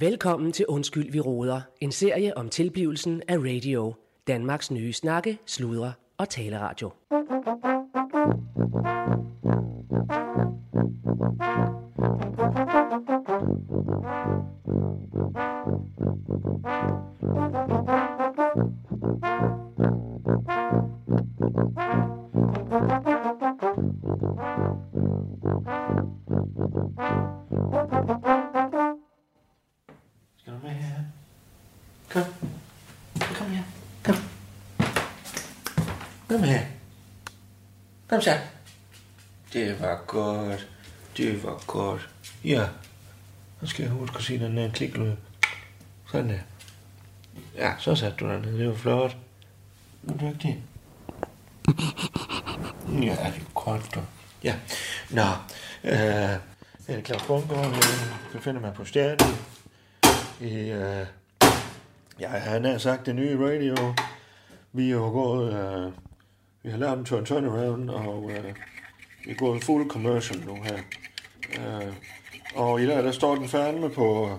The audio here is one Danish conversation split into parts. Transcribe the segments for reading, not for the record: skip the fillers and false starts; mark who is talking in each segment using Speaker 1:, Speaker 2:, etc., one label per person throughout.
Speaker 1: Velkommen til Undskyld, vi råder. En serie om tilblivelsen af radio. Danmarks nye snakke, sludre og taleradio.
Speaker 2: Skal du med her? Kom. Kom her. Kom. Kom her. Kom så. Det var godt. Det var godt. Ja. Så skal jeg huske at sige den der kliklyd. Sådan der. Ja, så satte du den ned. Det var flot. Er du dygtig? Ja, det er godt, du. Ja. Nå. Claus Bundgaard, jeg finder mig på stjernen. Han har sagt det nye radio. Vi er jo gået, vi har lavet en turnaround, og vi er gået full commercial nu her. Og i dag, der står den fandme på...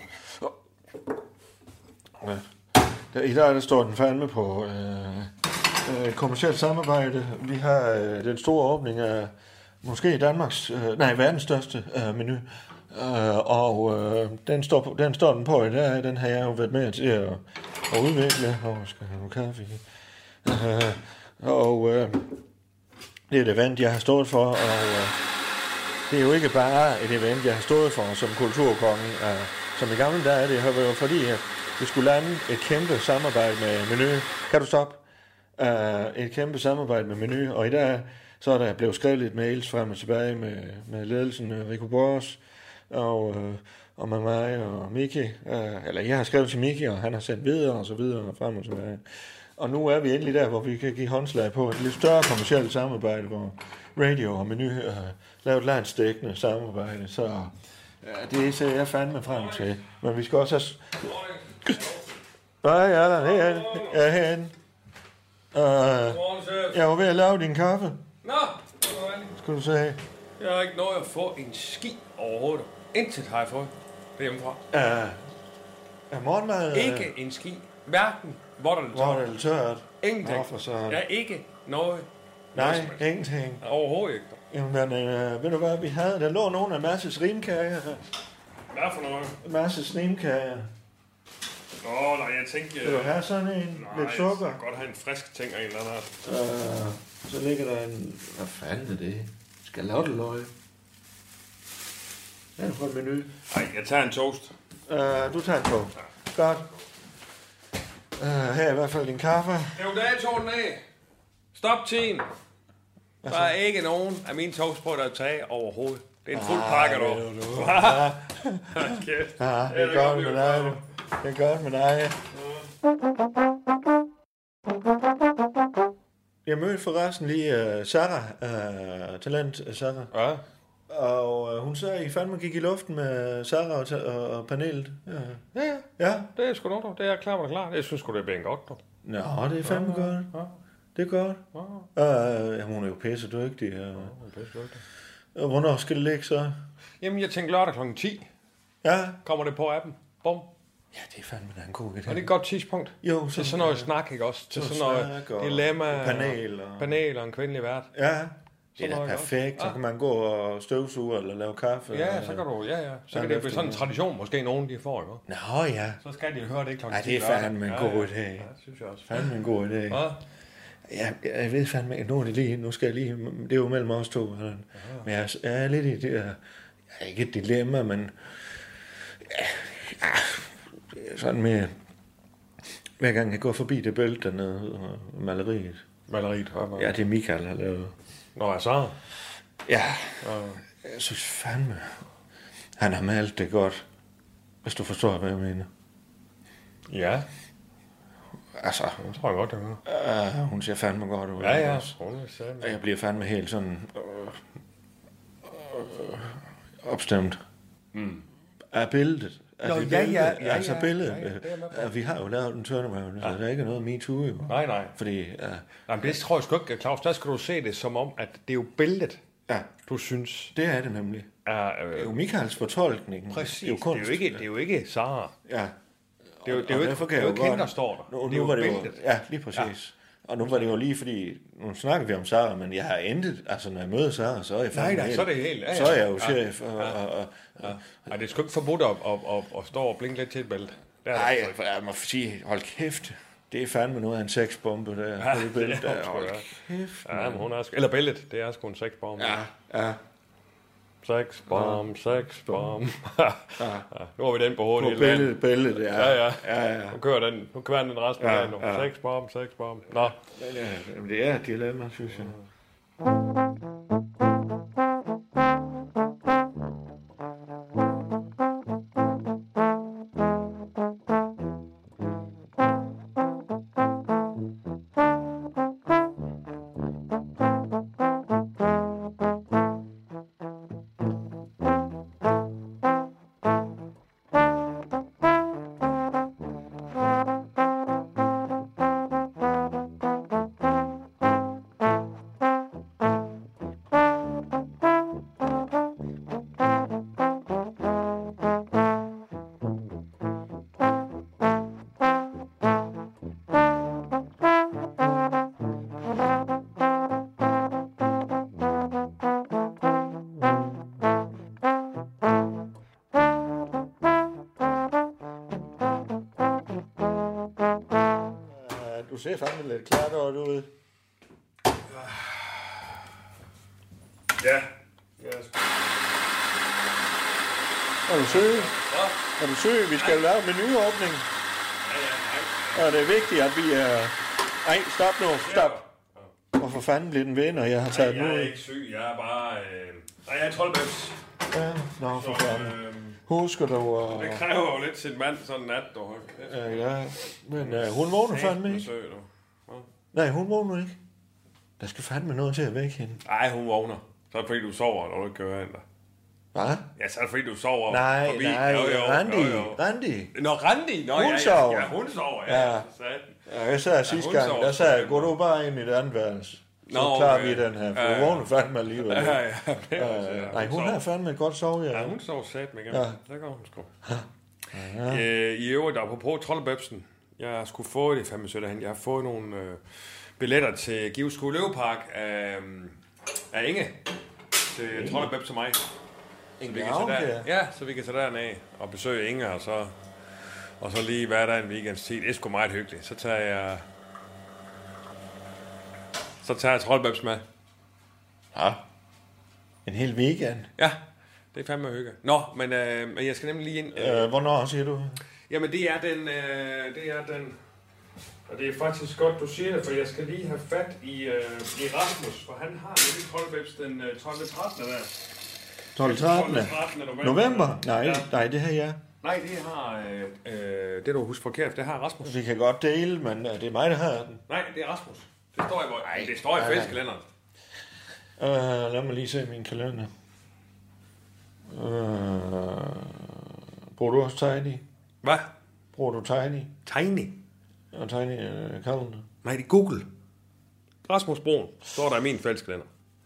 Speaker 2: I dag, der står den fandme på et kommercielt samarbejde. Vi har den store åbning af måske verdens største menu. Den står den på i dag. Den har jeg jo været med til at udvikle. Skal have noget kaffe i. Det er et event, jeg har stået for, og det er jo ikke bare et event, jeg har stået for som kulturkongen. Som i gamle dage, det har været fordi, at vi skulle lande et kæmpe samarbejde med Menu. Kan du stoppe? Et kæmpe samarbejde med Menu, og i dag så er der blevet skrevet lidt mails frem og tilbage med ledelsen, Rico Bors, og med mig og Miki. Eller jeg har skrevet til Miki, og han har sendt videre og så videre og frem og tilbage. Og nu er vi endelig der, hvor vi kan give håndslag på et lidt større kommercielt samarbejde, hvor radio og Menu laver et landsdækkende samarbejde. Så det ser jeg fandme frem til. Men vi skal også have... Nej, Allan, herhen. Jeg var ved at lave din kaffe.
Speaker 3: Nå,
Speaker 2: skal du se.
Speaker 3: Jeg har ikke nået at få en ski overhovedet. Intet har jeg fået derhjemmefra.
Speaker 2: Morgenmad...
Speaker 3: Ikke en ski. Hverken hvor
Speaker 2: der er tørt.
Speaker 3: Ingenting.
Speaker 2: Jeg
Speaker 3: er ikke noget.
Speaker 2: Nej, ingenting.
Speaker 3: Overhovedet ikke.
Speaker 2: Jamen, ved du hvad vi havde? Der lå nogle af Masses rimkager.
Speaker 3: Hvad for noget?
Speaker 2: Masses rimkager.
Speaker 3: Nej, jeg tænkte...
Speaker 2: Vil du have sådan en? Lidt sukker?
Speaker 3: Jeg godt have en frisk ting af en eller anden.
Speaker 2: Så ligger der en... Hvad fanden er det? Skalotteløg. Ja, på et menu.
Speaker 3: Nej, jeg tager en toast.
Speaker 2: Du tager en toast. Ja. Godt. Her er i hvert fald din kaffe.
Speaker 3: Jo, datoen af. Stop tiden. Der er ikke nogen af mine toast på, der er taget overhovedet. Det er en fuld pakke, dog.
Speaker 2: Det er godt med dig. Det er godt med dig. Jeg mødte forresten lige Sarah, talent Sarah.
Speaker 3: Ja.
Speaker 2: Og hun sagde, at I fandme gik i luften med Sarah og panelet.
Speaker 3: Ja. Det er sgu nok, det er klart. Jeg synes sgu, det er bien godt, dog.
Speaker 2: Nå, det er fandme godt. Ja. Det er godt. Hun er jo pisse dygtig. Og hvornår skal det ligge så?
Speaker 3: Jamen, jeg tænkte lørdag kl. 10.
Speaker 2: Ja.
Speaker 3: Kommer det på appen. Bum.
Speaker 2: Ja, det er fandme da en god idé.
Speaker 3: Er det et godt tidspunkt?
Speaker 2: Jo.
Speaker 3: Til sådan noget snak, ikke også? Til sådan noget dilemma. Panel og en kvindelig vært.
Speaker 2: Ja. Det er da perfekt. Så kan man gå og støvsuge eller lave kaffe.
Speaker 3: Ja, så kan du. Ja. Så kan det blive sådan en tradition, måske nogen de får, ikke?
Speaker 2: Nå ja.
Speaker 3: Så skal de høre det kl. 10.
Speaker 2: Nej, det er fandme en god idé.
Speaker 3: Ja, det synes jeg også.
Speaker 2: Fandme en god idé. Ja, jeg ved fandme ikke, nu skal jeg lige, det er jo mellem os to. Men jeg er lidt i det der, jeg er ikke et dilemma, men sådan med, hver gang jeg går forbi det bælte dernede, maleriet. Ja, det er Michael har lavet.
Speaker 3: Nå, så?
Speaker 2: Ja, jeg synes fandme, han har malet det godt, hvis du forstår, hvad jeg mener.
Speaker 3: Ja.
Speaker 2: Altså,
Speaker 3: det tror jeg godt, det er.
Speaker 2: Hun ser fandme godt ud.
Speaker 3: Ja.
Speaker 2: Og jeg bliver fandme helt sådan opstemt af billedet. Altså billedet. Vi har jo lavet en turnaround, så der er ikke noget MeToo jo.
Speaker 3: Nej.
Speaker 2: Fordi...
Speaker 3: Jamen, det tror jeg sgu ikke, Claus. Der skal du se det som om, at det er jo billedet,
Speaker 2: ja.
Speaker 3: Du synes.
Speaker 2: Det er det nemlig.
Speaker 3: er...
Speaker 2: Det er jo Michaels fortolkning.
Speaker 3: Præcis,
Speaker 2: det er jo kunst.
Speaker 3: det er jo ikke Sara.
Speaker 2: Ja.
Speaker 3: Det er jo ikke hende, der står der.
Speaker 2: Nu var det jo, ja, lige præcis. Ja. Og nu var det jo lige, fordi nu snakker vi om Sara, men jeg har intet, altså når jeg møder Sara, så er jeg
Speaker 3: Nej, så er det helt... Ja.
Speaker 2: Så er jeg jo chef.
Speaker 3: Nej, det er sgu ikke forbudt at stå og blinke lidt til et bælte.
Speaker 2: Nej, jeg må sige, hold kæft. Det er fandme noget af en sexbombe, der.
Speaker 3: Ja,
Speaker 2: det er hold kæft.
Speaker 3: Ja, men hun er eller bællet, det er sgu en sexbombe.
Speaker 2: Ja.
Speaker 3: Sexbombe. Nu har vi den på hovedet.
Speaker 2: På billedet, ja.
Speaker 3: Nu kører den resten af dagen nu. Sexbombe. Nå.
Speaker 2: Men det er et dilemma, synes jeg. Du ser fandme lidt klart ud.
Speaker 3: Ja.
Speaker 2: Er du søge? Er du søge? Vi skal lave menuåbning. Og det er vigtigt, at vi er... Nej, stop nu. Stop. Hvorfor fanden bliver den ved, når jeg har taget den ud?
Speaker 3: Jeg er ikke syg. Jeg er bare... Nej, jeg er troldbæbs.
Speaker 2: Ja, nå, for fanden. Husker du...
Speaker 3: Det kræver jo lidt sin mand sådan en nat, dog.
Speaker 2: Ja, men hun vågner fandme ikke. Nej, hun vågner ikke. Der skal fandme noget til at vække hende.
Speaker 3: Nej, hun vågner. Så er det fordi, du sover, når du ikke kører ind der.
Speaker 2: Hvad?
Speaker 3: Ja, så er det fordi, du sover
Speaker 2: Nej,
Speaker 3: forbi.
Speaker 2: Randi.
Speaker 3: Nå, Randi? Nå,
Speaker 2: hun sover.
Speaker 3: Ja, hun sover, ja.
Speaker 2: Ja, jeg sagde sidste gang, der sagde jeg, gå du bare ind i det andet værelse. Så klarer vi den her, for hun vågner fandme alligevel. Nej, hun har fandme et godt sove,
Speaker 3: ja. Ja, hun sover sat med igennem. Der går hun sgu. I øvrigt, apropos Troldebæbsen, jeg har sgu fået det fandme sødt hen. Jeg har fået nogle billetter til Giveskue Løvepark af Inge til Troldebæbs og mig. Så vi kan tage derned og besøge Inge, og så lige være der en weekends tid. Det er sgu meget hyggeligt. Så tager jeg Troldebæbs med.
Speaker 2: Ja. En hel weekend?
Speaker 3: Ja, det er fandme hygge. Nå, men jeg skal nemlig lige ind...
Speaker 2: Hvornår siger du?
Speaker 3: Jamen, det er den... Og det er faktisk godt, du siger det, for jeg skal lige have fat i Rasmus, for han har nemlig Troldebæbs den 12.13. der.
Speaker 2: 12.13. November? Nej, det har jeg.
Speaker 3: Nej, det har... det du husker forkert, det har Rasmus.
Speaker 2: Vi kan godt dele, men det er mig, der har den.
Speaker 3: Nej, det er Rasmus. Det står i fælleskalenderen.
Speaker 2: Lad mig lige se min kalender. Bruger du også Tiny?
Speaker 3: Hvad?
Speaker 2: Bruger du Tiny?
Speaker 3: Tiny?
Speaker 2: Og Tiny kalender?
Speaker 3: Nej, det er Google. Rasmus Broen står der i min fælleskalender.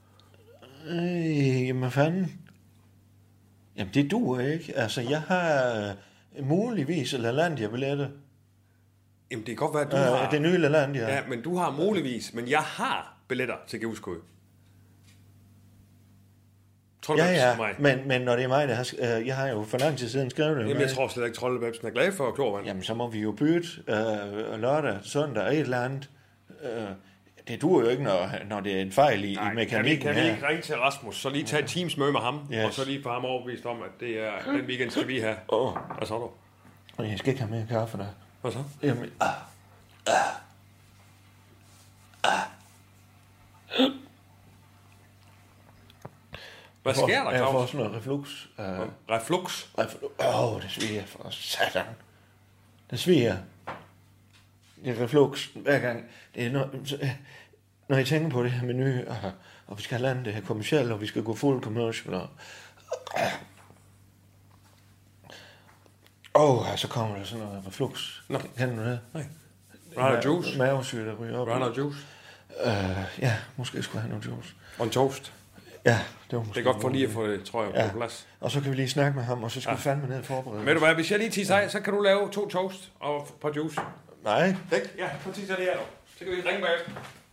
Speaker 2: Jamen fanden. Jamen det duer ikke. Altså jeg har muligvis LaLandia-billetter.
Speaker 3: Jamen det kan godt være, at du har...
Speaker 2: Det nye LaLandia.
Speaker 3: Ja, men du har muligvis. Men jeg har billetter til Giveskue.
Speaker 2: Ja, men når det er mig, der har... jeg har jo for lang tid siden skrevet det.
Speaker 3: Jamen jeg tror slet ikke, Troldebæbsen er glad for Klorvand.
Speaker 2: Jamen så må vi jo bytte lørdag, søndag, et eller andet. Det duer jo ikke, når det er en fejl i mekanikken
Speaker 3: kan vi ikke ringe til Rasmus, så lige tage et teamsmøde med ham, og så lige få ham overbevist om, at det er den weekend, skal vi have. Hvad så du?
Speaker 2: Jeg skal ikke have mere kaffe der.
Speaker 3: Hvad så?
Speaker 2: Jamen,
Speaker 3: Hvad sker der, Claus?
Speaker 2: Jeg får sådan noget reflux.
Speaker 3: Reflux?
Speaker 2: Det sviger for satan. Det sviger. Det er reflux hver gang. Det er når jeg tænker på det her menu, og vi skal lande det her kommercielt, og vi skal gå fuld commercial, så kommer der sådan noget reflux. Kan du det?
Speaker 3: Nej. Runner juice?
Speaker 2: Mavesyre, der ryger op.
Speaker 3: Runner juice?
Speaker 2: Ja, måske skulle have noget juice.
Speaker 3: Og en toast?
Speaker 2: Ja,
Speaker 3: det er godt for lige at få det, tror jeg, på plads.
Speaker 2: Og så kan vi lige snakke med ham, og så skal vi fandme ned og forberede.
Speaker 3: Ved du hvad, hvis jeg lige tisser af, så kan du lave 2 toast og et par juice.
Speaker 2: Nej.
Speaker 3: Ja, så tisser det her nu. Så kan vi ringe bagefter.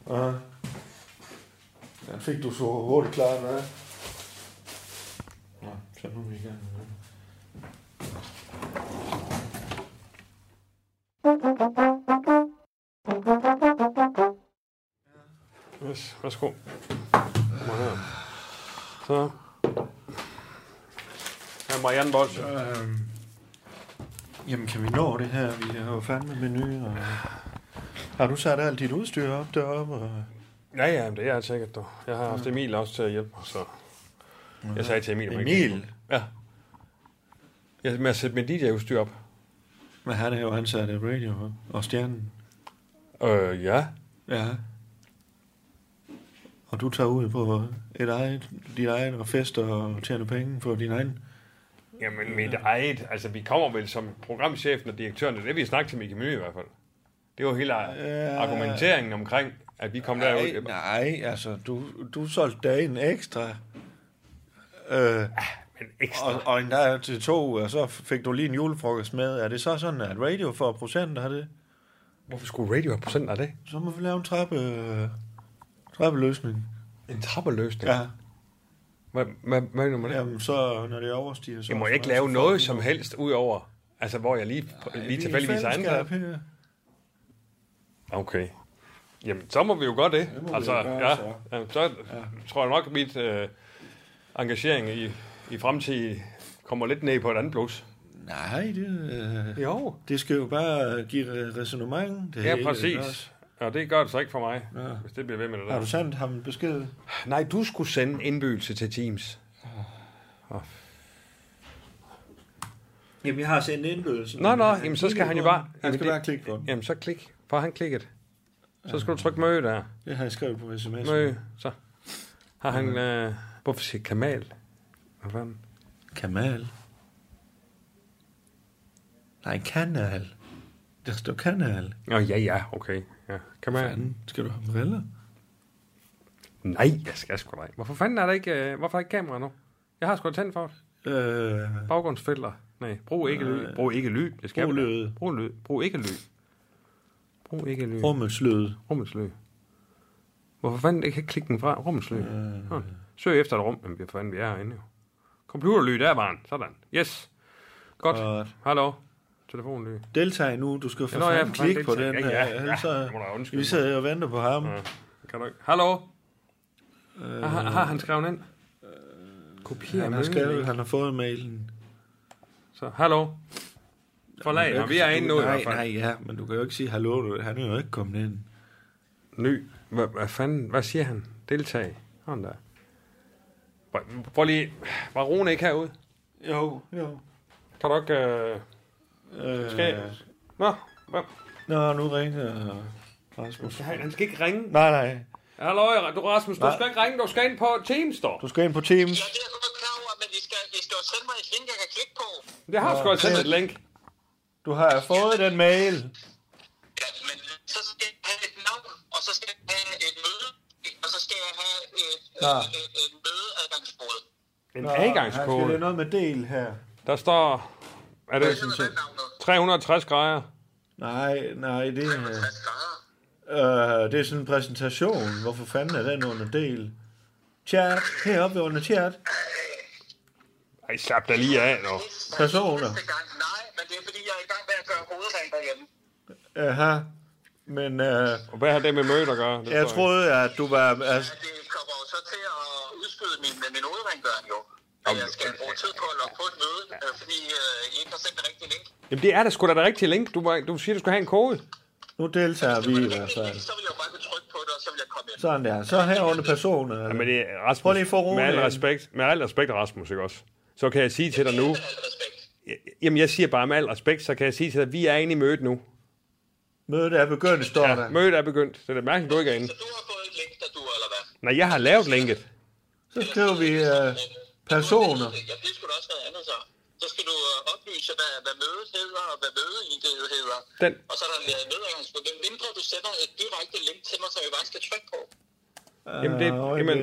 Speaker 2: Ja, fik du så hurtigt klart, hvad? Nå, så nu er vi i gang.
Speaker 3: Yes, værsgo. Kom her. Så. Her er Marianne Bolsje.
Speaker 2: Jamen, kan vi nå det her? Vi har jo fandme menu, og... Har du sat alt dit udstyr op deroppe? Og...
Speaker 3: Ja, det er sikkert, du. Jeg har haft Emil også til at hjælpe mig, så... Jeg sagde til Emil...
Speaker 2: Emil?
Speaker 3: Ja. Jeg med at sætte mit DJ-udstyr op.
Speaker 2: Men han er jo ansat i radio og Stjernen.
Speaker 3: Ja.
Speaker 2: Ja. Og du tager ud på dit eget og fester og tjener penge for din egen?
Speaker 3: Jamen, mit eget... Altså, vi kommer vel som programchefen og direktøren, det vi snakker til Mikke Mø i hvert fald. Det var hele argumenteringen omkring, at vi kom derud.
Speaker 2: Nej, altså, du solgte da en ekstra.
Speaker 3: Men ekstra.
Speaker 2: Og en dag til 2, og så fik du lige en julefrokost med. Er det så sådan, at radio får procent af det?
Speaker 3: Hvorfor skulle radio have procent af det?
Speaker 2: Så må vi lave en trappeløsning.
Speaker 3: En trappeløsning?
Speaker 2: Ja.
Speaker 3: Hvad mener man det?
Speaker 2: Jamen, så når det overstiger... Så
Speaker 3: jeg må ikke lave noget som helst ud over, altså hvor jeg lige tilfældigvis er ansat. Okay. Jamen, så må vi jo gøre det. Så tror jeg nok, at mit engagering i fremtiden kommer lidt ned på et andet blus.
Speaker 2: Nej,
Speaker 3: jo.
Speaker 2: Det skal jo bare give ræsonnement.
Speaker 3: Ja, præcis. Og det gør det så ikke for mig, hvis det bliver ved med det der.
Speaker 2: Har du sendt ham en besked?
Speaker 3: Nej, du skulle sende en indbydelse til Teams.
Speaker 2: Jamen, jeg har sendt en indbydelse.
Speaker 3: Nå, jamen så skal han jo bare...
Speaker 2: Han skal bare klikke på den.
Speaker 3: Jamen, så klik. For han klikket. Så skal du trykke møde der.
Speaker 2: Det har jeg skrevet på sms.
Speaker 3: Møde, så. Har han... hvorfor siger Kamal? Hvad fanden?
Speaker 2: Kamal? Nej, kanal. Der står kanal.
Speaker 3: Ja, okay. Ja. Kamal.
Speaker 2: Fanden, skal du have briller?
Speaker 3: Nej, jeg skal sgu da ikke. Hvorfor fanden er der ikke... hvorfor er der ikke kamera nu? Jeg har sgu da tændt for det. Baggrundsfilter. Nej, brug ikke lyd. Brug ikke lyd. Det skal
Speaker 2: brug lyd.
Speaker 3: Brug ikke lyd. Brug ikke lyd.
Speaker 2: Rummets lyd.
Speaker 3: Hvorfor fanden ikke klikke den fra? Rummets lyd. Søg efter et rum. Jamen, hvad fanden vi er herinde jo. Computerlyd, der var den. Sådan. Yes. Godt. Hallo. Telefonlyd.
Speaker 2: Deltag nu. Du skal for fanden klikke på den.
Speaker 3: Ja.
Speaker 2: Vi sidder og venter på ham.
Speaker 3: Ja. Kan du ikke? Hallo. Har han skrevet ind? Kopier
Speaker 2: han har fået mailen.
Speaker 3: Så, hallo. Forlag, og vi er inde nu i hvert fald.
Speaker 2: Nej, ja, men du kan jo ikke sige hallo. Han er jo ikke kommet ind.
Speaker 3: Ny. Hvad fanden? Hvad siger han? Deltag. Sådan der. Prøv lige. Var Rune ikke herude?
Speaker 2: Jo.
Speaker 3: Kan du ikke... Nå, hvad?
Speaker 2: Nå, nu ringer Rasmus.
Speaker 3: Han skal ikke ringe.
Speaker 2: Nej.
Speaker 3: Hallo, du Rasmus, du skal ikke ringe. Du skal ind på Teams, dog.
Speaker 2: Du skal ind på Teams.
Speaker 4: Ja, det er jeg godt klar over, men I skal jo sende mig et link, jeg kan klikke på.
Speaker 3: Det har sgu sendt et link.
Speaker 2: Du har fået den mail.
Speaker 4: Ja, men så skal jeg have et navn, og så skal jeg have et møde, og så skal jeg have et mødeadgangskode.
Speaker 3: En adgangskode?
Speaker 2: Det er noget med del her.
Speaker 3: Der står... Er det 360 grader?
Speaker 2: Nej, det er...
Speaker 4: 360 grader?
Speaker 2: Det er sådan en præsentation. Hvorfor fanden er den under del? Chat. Heroppe under chat.
Speaker 3: Ej, slap da lige af, nu.
Speaker 2: Personer.
Speaker 4: Nej, men det er fordi, jeg er i gang med at gøre hovedreng derhjemme.
Speaker 2: Aha. Men...
Speaker 3: Og hvad har det med møde at gøre?
Speaker 2: Jeg troede, at du var...
Speaker 4: Altså... Ja, det kommer jo så til at udskyde min hovedrenggøring, jo. Og jeg skal bruge tid på at logge på et møde, fordi I ikke har sendt det rigtige link.
Speaker 3: Jamen, det er da sgu da det rigtige link. Du siger, du skal have en kode.
Speaker 2: Nu deltager vi i hvert fald.
Speaker 4: Så vil jeg bare kunne trykke på det, og så vil jeg komme ind.
Speaker 2: Sådan der. Så her under personer.
Speaker 3: Ja, men det er Rasmus.
Speaker 2: Prøv lige for
Speaker 3: med al respekt, Rasmus, ikke også? Så kan jeg sige til dig nu... Jamen, jeg siger bare med al respekt, så kan jeg sige til dig, at vi er inde i mødet nu.
Speaker 2: Mødet er begyndt, står der.
Speaker 3: Mødet er begyndt. Så det er mærkeligt, du ikke er inde.
Speaker 4: Så du har fået et link, der du, eller hvad?
Speaker 3: Nej, jeg har lavet linket.
Speaker 2: Så skriver vi personer.
Speaker 4: Ja, det skulle da også noget andet, så. Så skal du oplyse, hvad mødet hedder, og hvad møde-ID'et hedder. Og så er der en mødeadgangskode. Men mindre du sender et direkte link til mig, så jeg bare skal trykke på.
Speaker 3: Jamen,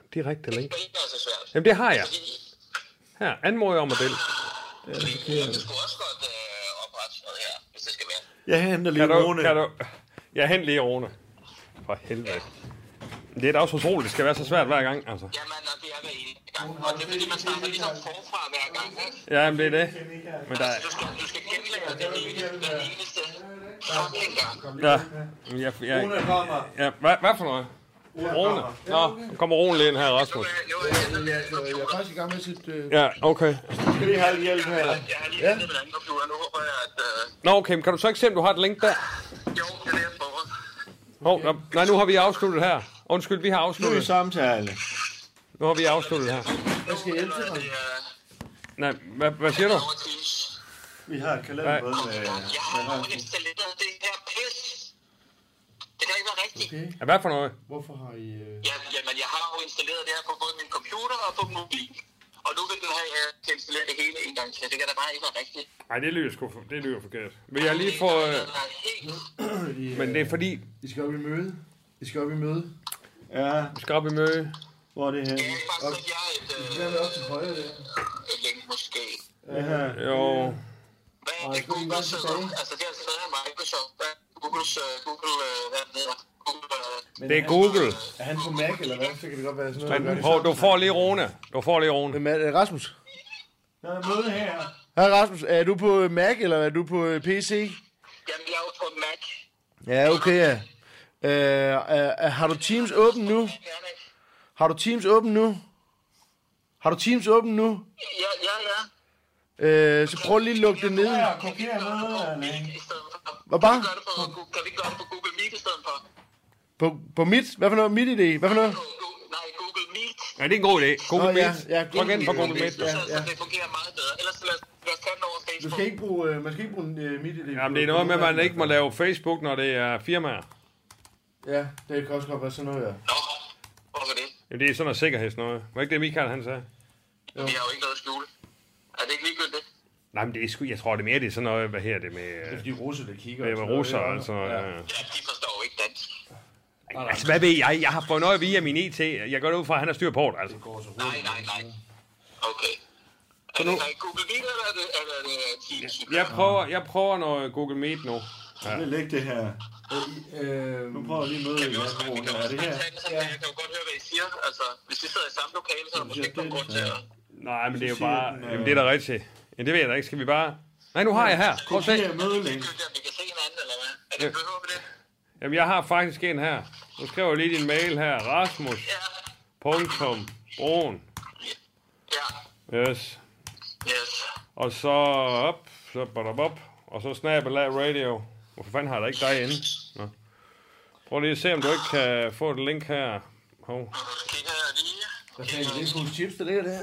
Speaker 3: direkte link.
Speaker 4: Det er ikke så svært.
Speaker 3: Jamen, det har jeg. Her, anmodermodel.
Speaker 4: Jeg skulle også godt oprette sådan noget her, hvis det skal være.
Speaker 2: Jeg henter lige Rune.
Speaker 3: Jeg henter lige Rune. For helvede. Det er da også utroligt, det skal være så svært hver gang, altså.
Speaker 4: Jamen, det er hver eneste gang. Og det er fordi, man starter ligesom forfra hver gang, ikke?
Speaker 3: Ja, men det er det. Men der er...
Speaker 4: Du skal genlære det hver eneste fucking gang.
Speaker 3: Ja. Ja, hvad for noget? Rune? Nå, nu kommer Rune lige ind her, Rasmus.
Speaker 5: Jeg er faktisk i gang med at sætte...
Speaker 3: Ja, okay.
Speaker 2: Skal vi have hjælp her?
Speaker 4: Jeg har lige ventet med den anden computer, nu håber jeg, at...
Speaker 3: Nå, okay, men kan du så ikke se, om du har et link der?
Speaker 4: Jo, det er det, jeg prøver.
Speaker 3: Nej, nu har vi afsluttet her. Undskyld, vi har
Speaker 2: Nu er
Speaker 3: afsluttet.
Speaker 2: vi samtale.
Speaker 3: Nu har vi afsluttet her.
Speaker 5: Hvad skal jeg hjælpe til dig?
Speaker 3: Nej, hvad siger du?
Speaker 2: Vi har et kalendermøde med...
Speaker 4: Jeg har jo installeret det her pis. Det kan ikke være rigtigt.
Speaker 5: Okay.
Speaker 3: Ja, hvad for noget?
Speaker 5: Hvorfor har I...
Speaker 4: Jamen, jeg har jo installeret det her på både min computer og på mobil. Og nu vil den have installeret det hele en gang til. Det kan da bare ikke være rigtigt.
Speaker 3: Nej, det lyder forkert. Vil jeg lige få... Men det er fordi...
Speaker 5: I skal op i møde. I skal op i møde.
Speaker 2: Ja,
Speaker 3: Vi skal op i møde.
Speaker 2: hvor er det her?
Speaker 4: Jeg kan ikke bare sætte jer
Speaker 5: Det er op til højre der.
Speaker 4: et link måske.
Speaker 3: Jo.
Speaker 4: Hvad er det Google sidder? Altså, det er altså stadig Microsoft. Hvad er Googles... hvad hedder Google...
Speaker 3: Det er Google.
Speaker 5: Er han på Mac, eller hvad? Så kan det godt være sådan noget.
Speaker 3: Men prøv, du får lige Rune.
Speaker 5: Hvem er det? Rasmus?
Speaker 2: Der er møde her.
Speaker 5: Hej Rasmus, er du på Mac, eller er du på PC?
Speaker 4: Jamen, jeg er jo på Mac.
Speaker 5: Ja, okay, ja. Har du Teams åben nu? Har du Teams åben nu?
Speaker 4: Ja.
Speaker 5: Så prøv lige at lukke det ned.
Speaker 2: Kopier møde,
Speaker 5: Hvad bare?
Speaker 4: Kan vi gøre det på Google Meet i stedet for?
Speaker 5: På mit? Hvad for noget? Mit-idé? Hvad for noget?
Speaker 4: Nej, Google Meet.
Speaker 3: Ja, det er en god idé. Google Meet.
Speaker 5: Ja,
Speaker 3: Tryk ind på Google Meet.
Speaker 4: Så det fungerer meget bedre. Ellers lad os tage den over Facebook.
Speaker 5: Man skal ikke bruge mit-idé.
Speaker 3: Jamen, det er noget med, at man ikke må lave Facebook, når det er firmaer.
Speaker 5: Ja, det kan også godt være sådan noget, ja.
Speaker 4: Nå, hvorfor det?
Speaker 3: Jamen, det er sådan noget sikkerhedsnoget. Var ikke det, Michael han sagde?
Speaker 4: Vi har jo ikke noget at skjule. Er det ikke ligegyldigt?
Speaker 3: Nej, men det er sgu, jeg tror det mere, det er sådan noget, hvad her det med...
Speaker 5: Det er fordi russer, der kigger.
Speaker 3: Med russer, altså.
Speaker 4: Ja, de forstår jo ikke dansk.
Speaker 3: Altså, hvad ved jeg? Jeg har fået noget via min IT. Jeg går ud fra, at han har styr på det, altså.
Speaker 4: Nej. Okay. Er det Google Meet, eller er det Teams?
Speaker 3: Jeg prøver noget Google Meet nu.
Speaker 2: Ja. Det læg det her. Nu prøver jeg lige møde igen. Er det her?
Speaker 4: Jeg kan jo godt høre, hvad I siger. Altså, hvis vi sidder i samme lokale, så er der måske ikke nogen grund til at...
Speaker 3: Nej, men det er jo bare... Jamen, det er da rigtigt. Ja, det ved jeg da ikke. Skal vi bare... Nej, nu har jeg her. Prøv at se.
Speaker 2: Kopier mødelink.
Speaker 4: Vi kan se hinanden, eller hvad? Er det behøver vi det?
Speaker 3: Jamen, jeg har faktisk en her. Nu skriver jeg lige din mail her. Rasmus.
Speaker 4: Ja.
Speaker 3: Punktum. Broen.
Speaker 4: Ja.
Speaker 3: Yes. Og så op. Så badabop. Og så snabelag radio. Hvorfor fanden har der ikke dig inde? Nå. Prøv lige at se, om du ikke kan få et link her. Hov.
Speaker 4: Kigger jeg lige.
Speaker 5: Der er det nogle chips, der ligger der.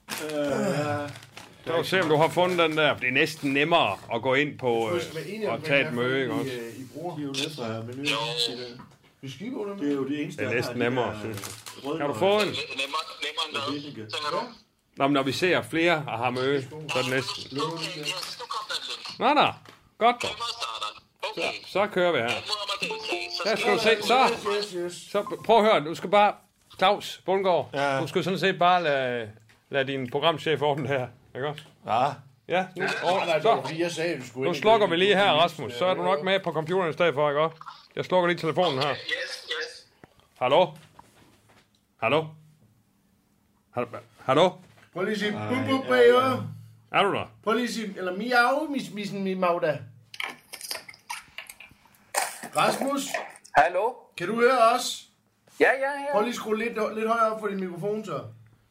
Speaker 3: Så kan se, om du har fundet den der. Det er næsten nemmere at gå ind på og tage et møde, ikke også?
Speaker 5: I bruger.
Speaker 2: De er jo næste her menu.
Speaker 5: Vi skipper dem.
Speaker 2: Det er jo det eneste,
Speaker 3: Det er næsten nemmere, synes jeg. Kan du få en?
Speaker 4: Nemmere end hvad? Tænker du?
Speaker 3: Nå, men når vi ser flere og har møde, så er det næsten.
Speaker 4: Okay, yes, nu kom der en link.
Speaker 3: Nå. Godt dog.
Speaker 4: Okay.
Speaker 3: Så kører vi her.
Speaker 4: Jeg bryder mig deltage.
Speaker 3: Der skal du se. Så prøv at høre. Du skal bare... Claus Bundgaard.
Speaker 2: Ja.
Speaker 3: Du skal sådan set bare lade din programchef ordne her. Ikke også?
Speaker 2: Ja.
Speaker 3: Ja, nu,
Speaker 5: Jeg sagde, du skulle
Speaker 3: nu slukker vi lige her, Rasmus. Så er du nok med på computeren i stedet for, ikke også? Jeg slukker lige telefonen her.
Speaker 4: Yes.
Speaker 3: Hallo?
Speaker 5: Prøv lige at sige, bup, bup, bager.
Speaker 3: Er du der?
Speaker 5: Prøv lige at sige, eller miau, mi magda. Rasmus,
Speaker 6: Hallo?
Speaker 5: kan du høre os?
Speaker 6: Ja.
Speaker 5: Prøv lige at skrue lidt højere op for din mikrofon, så.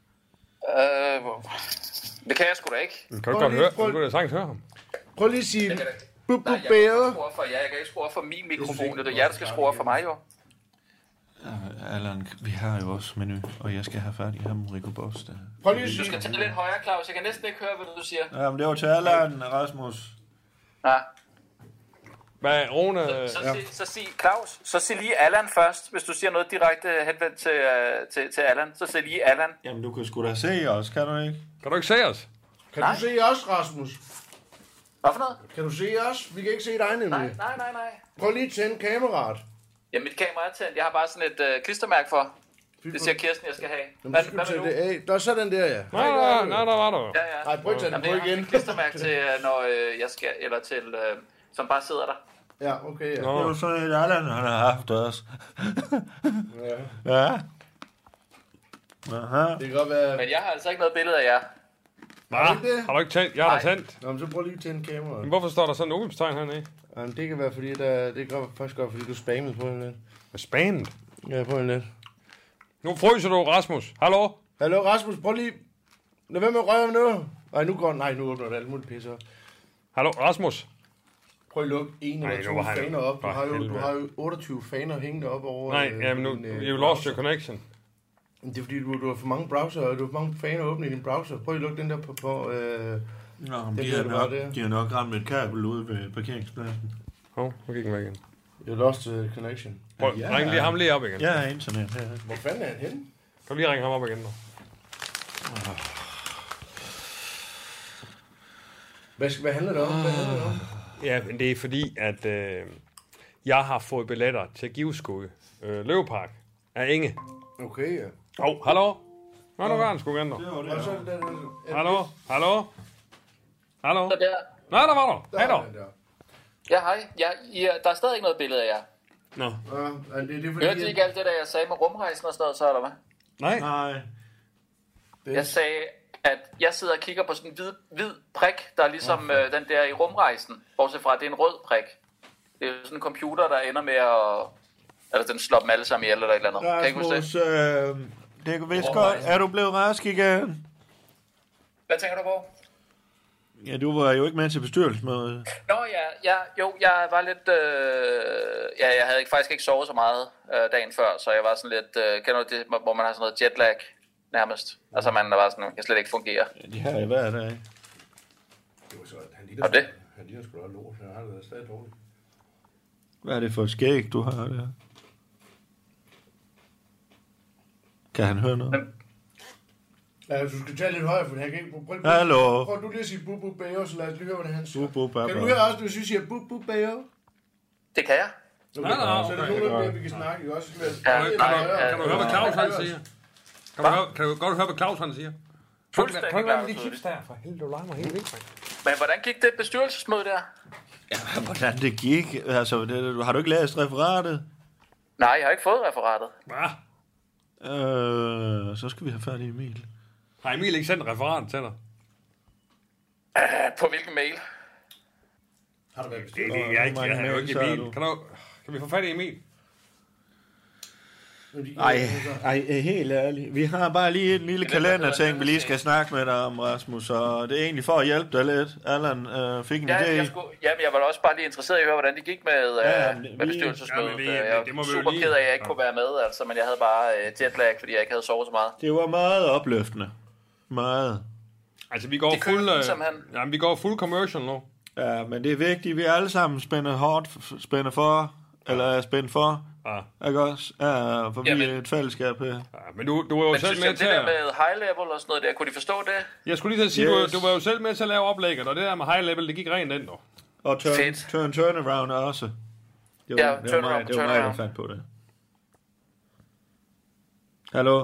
Speaker 6: Det kan jeg sgu da ikke.
Speaker 3: Du kan godt høre. Du kan da sagtens høre ham.
Speaker 5: Prøv lige at sige, bup, bup,
Speaker 6: Nej, jeg kan
Speaker 5: bager.
Speaker 6: ikke skrue op for jer. Jeg kan ikke skrue op for min mikrofon. Det er jer, der skal skrue op for mig, jo.
Speaker 2: Allan, vi har jo også menu, og jeg skal have fat i ham, Rico Boss. Der.
Speaker 5: Prøv lige at
Speaker 6: Du
Speaker 5: sige,
Speaker 6: skal tage lidt højere, Claus. Jeg kan næsten ikke høre, hvad du siger.
Speaker 2: Jamen, det var til Allan, Rasmus.
Speaker 6: Ja.
Speaker 3: Hvad, Rune?
Speaker 6: Så sig Claus. Så sig lige Allan først. Hvis du siger noget direkte henvendt til Allan, så sig lige Allan.
Speaker 2: Jamen, du kan sgu da se os, kan du ikke?
Speaker 3: Kan du ikke se os?
Speaker 5: kan du se os, Rasmus?
Speaker 6: Hvad for noget?
Speaker 5: Kan du se os? Vi kan ikke se dig nemlig.
Speaker 6: Nej.
Speaker 5: Prøv lige at tænde kameraet.
Speaker 6: Ja, mit kamera er tændt. Jeg har bare sådan et klistermærke for. Det siger Kirsten, jeg skal have.
Speaker 5: Jamen,
Speaker 6: Hvad
Speaker 5: så
Speaker 6: med
Speaker 5: skal
Speaker 6: nu?
Speaker 5: du tage det af. Der er sådan der, ja.
Speaker 3: Nej, der var du.
Speaker 6: Ja, ja.
Speaker 5: Nej, prøv at tage den på
Speaker 6: Jamen, jeg har
Speaker 5: igen.
Speaker 6: et klistermærke til, når jeg skal, eller til, som bare sidder der.
Speaker 5: Ja, okay, ja.
Speaker 2: Det er jo sådan et Allan, han har haft også. Ja. Aha.
Speaker 5: Det kan godt være...
Speaker 6: Men jeg har altså ikke noget billede af jer.
Speaker 3: Har du ikke tændt? Jeg har da tændt.
Speaker 5: Nå, men så prøv lige at tænde kameraet.
Speaker 3: Men hvorfor står der sådan en udgangspunkt hernede?
Speaker 5: Jamen, det kan være, fordi det kan faktisk godt, fordi du spammede på en lidt.
Speaker 3: Hvad spændende.
Speaker 5: Ja, på en lidt.
Speaker 3: Nu fryser du, Rasmus. Hallo?
Speaker 5: Hallo, Rasmus, prøv lige... Lad være med at røre om nu. Nej, nu åbner det alt muligt pisse op.
Speaker 3: Hallo, Rasmus?
Speaker 5: Prøv at lukke en eller to faner op. Du
Speaker 3: helvede.
Speaker 5: har jo 28 faner hængende op over...
Speaker 3: Nej, jamen nu, you lost your connection.
Speaker 5: Det er fordi, du har for mange browser, og du har for mange faner åbne i din browser. Prøv at lukke den der på
Speaker 2: Nå, de har nok ramt et kabel ude ved parkeringspladsen.
Speaker 3: Nu gik den væk igen.
Speaker 5: You lost connection.
Speaker 3: Prøv, ring lige ham lige op igen.
Speaker 2: Jeg har internet her.
Speaker 5: Hvor fanden er han henne?
Speaker 3: Kan du lige ringe ham op igen nu?
Speaker 5: Hvad handler det om?
Speaker 3: Ja, men det er fordi, at jeg har fået billetter til Giveskue Løvepark af Inge.
Speaker 5: Okay, ja.
Speaker 3: Hallo? Nå, nu var han sgu igen nu. Hallo?
Speaker 6: Så der.
Speaker 3: Nå, der var du. Hej då.
Speaker 6: Ja, hej. Der er stadig ikke noget billede af jer.
Speaker 3: Nå.
Speaker 5: Ja, det er fordi...
Speaker 6: Hørte I ikke alt det, der jeg sagde med rumrejsen og sådan noget, så eller hvad?
Speaker 3: Nej.
Speaker 6: Jeg sagde, at jeg sidder og kigger på sådan en hvid prik, der er ligesom den der i rumrejsen. Bortset fra, at det er en rød prik. Det er jo sådan en computer, der ender med at... Altså, den slår dem alle sammen ihjel eller et eller andet. Kan I ikke huske det?
Speaker 2: Det kan vist godt. Er du blevet rask igen?
Speaker 6: Hvad tænker du på?
Speaker 2: Ja, du var jo ikke med til bestyrelsesmødet.
Speaker 6: Nå ja, jeg var lidt... jeg havde faktisk ikke sovet så meget dagen før, så jeg var sådan lidt... kender du det, hvor man har sådan noget jetlag nærmest? Altså, man var sådan, kan slet ikke fungere.
Speaker 2: Ja, de har jo hver dag.
Speaker 5: Det var så, han ligner
Speaker 6: og det?
Speaker 5: Han ligner sgu da lort, han har det stadig dårligt.
Speaker 2: Hvad er det for et skæg, du har der? Kan han høre noget?
Speaker 5: Ja, du skal tage lidt højere, for han kan ikke...
Speaker 2: Hallo?
Speaker 5: Prøv du lige at sige bubu bayo, så lad os lige høre, hvordan han siger.
Speaker 2: Bubu bayo.
Speaker 5: Kan du høre også, hvis vi siger bubu bayo?
Speaker 6: Det kan jeg.
Speaker 5: Så er det nogenlunde det, vi kan snakke, ikke også?
Speaker 3: Kan du høre, hvad Claus han siger? Kan du godt høre, hvad Claus han siger?
Speaker 6: Fuldstændig
Speaker 3: Prøv at
Speaker 6: klart.
Speaker 3: lige kips der, for helvede, du leger mig helt vildt.
Speaker 6: Men hvordan gik det bestyrelsesmøde der?
Speaker 2: Ja, hvordan det gik? Altså, har du ikke læst referatet?
Speaker 6: Nej, jeg har ikke fået referatet.
Speaker 3: Hvad?
Speaker 2: Så skal vi have fat i Emil.
Speaker 3: Har Emil ikke sendt referat til dig?
Speaker 6: På hvilken mail?
Speaker 5: Har du været
Speaker 3: Jeg har jo ikke Emil. Kan vi få fat i Emil?
Speaker 2: Ej, helt ærligt. Vi har bare lige en lille kalenderting, vi lige skal snakke med dig om, Rasmus, og det er egentlig for at hjælpe dig lidt. Allan fik en idé.
Speaker 6: Jeg var også bare lige interesseret i at høre, hvordan det gik med bestyrelsesmødet. Jeg var super ked af, at jeg ikke kunne være med, altså, men jeg havde bare jetlag, fordi jeg ikke havde sovet så meget.
Speaker 2: Det var meget opløftende. Meget.
Speaker 3: Altså, vi går vi går fuld commercial nu.
Speaker 2: Ja, men det er vigtigt, vi alle sammen spænder for. Ikke også? Ja, for vi er et fællesskab her.
Speaker 3: Ja, men du var jo selv med til
Speaker 6: det der med high level og sådan noget der, kunne de forstå det?
Speaker 3: Jeg skulle lige sige, du var jo selv med til at lave oplægget, og det der med high level, det gik rent ind nu.
Speaker 2: Og turnaround også. Det var mig, der fandt på det. Hallo?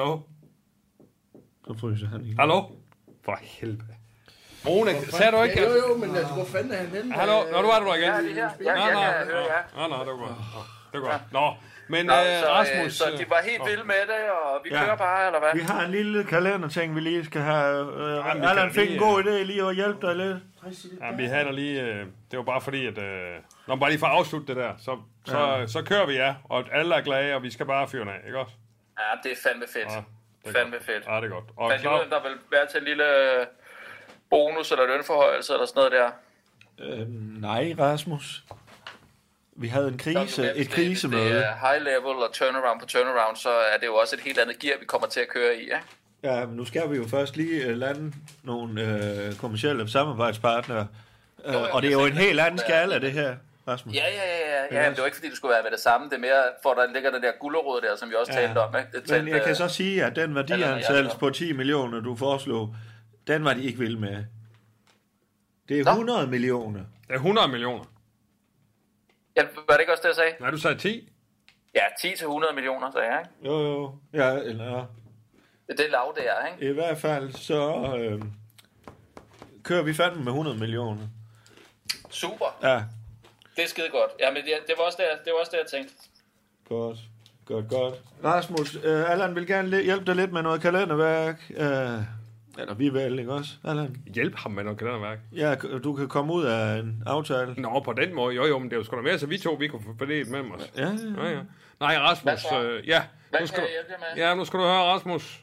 Speaker 2: Så fryser han ikke.
Speaker 3: Hallo? For helvede. Rune, sagde du ikke?
Speaker 5: Jo, men altså, hvor fanden er han henne?
Speaker 3: Hallo, når du er der igen.
Speaker 6: Ja, lige her. Jeg kan høre jer.
Speaker 3: Nå, det var godt. Nå, men Rasmus...
Speaker 6: Så de var helt vilde med det, og vi kører bare, eller hvad?
Speaker 2: Vi har en lille kalenderting, vi lige skal have. Allan fik en god idé lige at hjælpe dig lidt.
Speaker 3: Ja, vi havde der lige... det var bare fordi, at... når man bare lige får afsluttet det der, så kører vi, ja. Og alle er glade, og vi skal bare fyre af, ikke også?
Speaker 6: Ja, det er fandme fedt. Fandme fedt.
Speaker 3: Ja, det er godt. Og
Speaker 6: der vil være til en lille bonus eller lønforhøjelse eller sådan noget der.
Speaker 2: Nej, Rasmus. Vi havde en krise, et krisemøde.
Speaker 6: Hvis det er high level og turnaround på turnaround, så er det jo også et helt andet gear, vi kommer til at køre i, ikke?
Speaker 2: Ja, men nu skal vi jo først lige lande nogle kommercielle samarbejdspartnere. Og det er jo en helt anden skala, det her, Rasmus.
Speaker 6: Ja, men det var ikke fordi, du skulle være med det samme. Det er mere, for der ligger den der gulerod der, som vi også talte om, ikke?
Speaker 2: Men jeg kan så sige, at den værdiansættelse på 10 millioner, du foreslog, den var de ikke vilde med. Det er 100 millioner.
Speaker 3: Det er 100 millioner.
Speaker 6: Ja, var det ikke også det, jeg sagde?
Speaker 3: Nej, du sagde 10.
Speaker 6: Ja, 10-100 millioner, så jeg, ikke?
Speaker 2: Jo. Ja, eller...
Speaker 6: Det er lav, det er, ikke?
Speaker 2: I hvert fald, så kører vi fandme med 100 millioner.
Speaker 6: Super.
Speaker 2: Ja.
Speaker 6: Det er skide godt. Ja, men det var også det, jeg tænkte.
Speaker 2: Godt. Rasmus, Allan vil gerne hjælpe dig lidt med noget kalenderværk. Eller vi vil, ikke også, Allan?
Speaker 3: Hjælp ham med noget kalenderværk.
Speaker 2: Ja, du kan komme ud af en aftale.
Speaker 3: Nå, på den måde. Jo, men det er jo sgu da mere, så vi kunne få fordelt mellem os.
Speaker 2: Ja.
Speaker 3: Nej, Rasmus.
Speaker 6: Hvad kan jeg hjælpe jer med?
Speaker 3: Ja, nu skal du høre, Rasmus.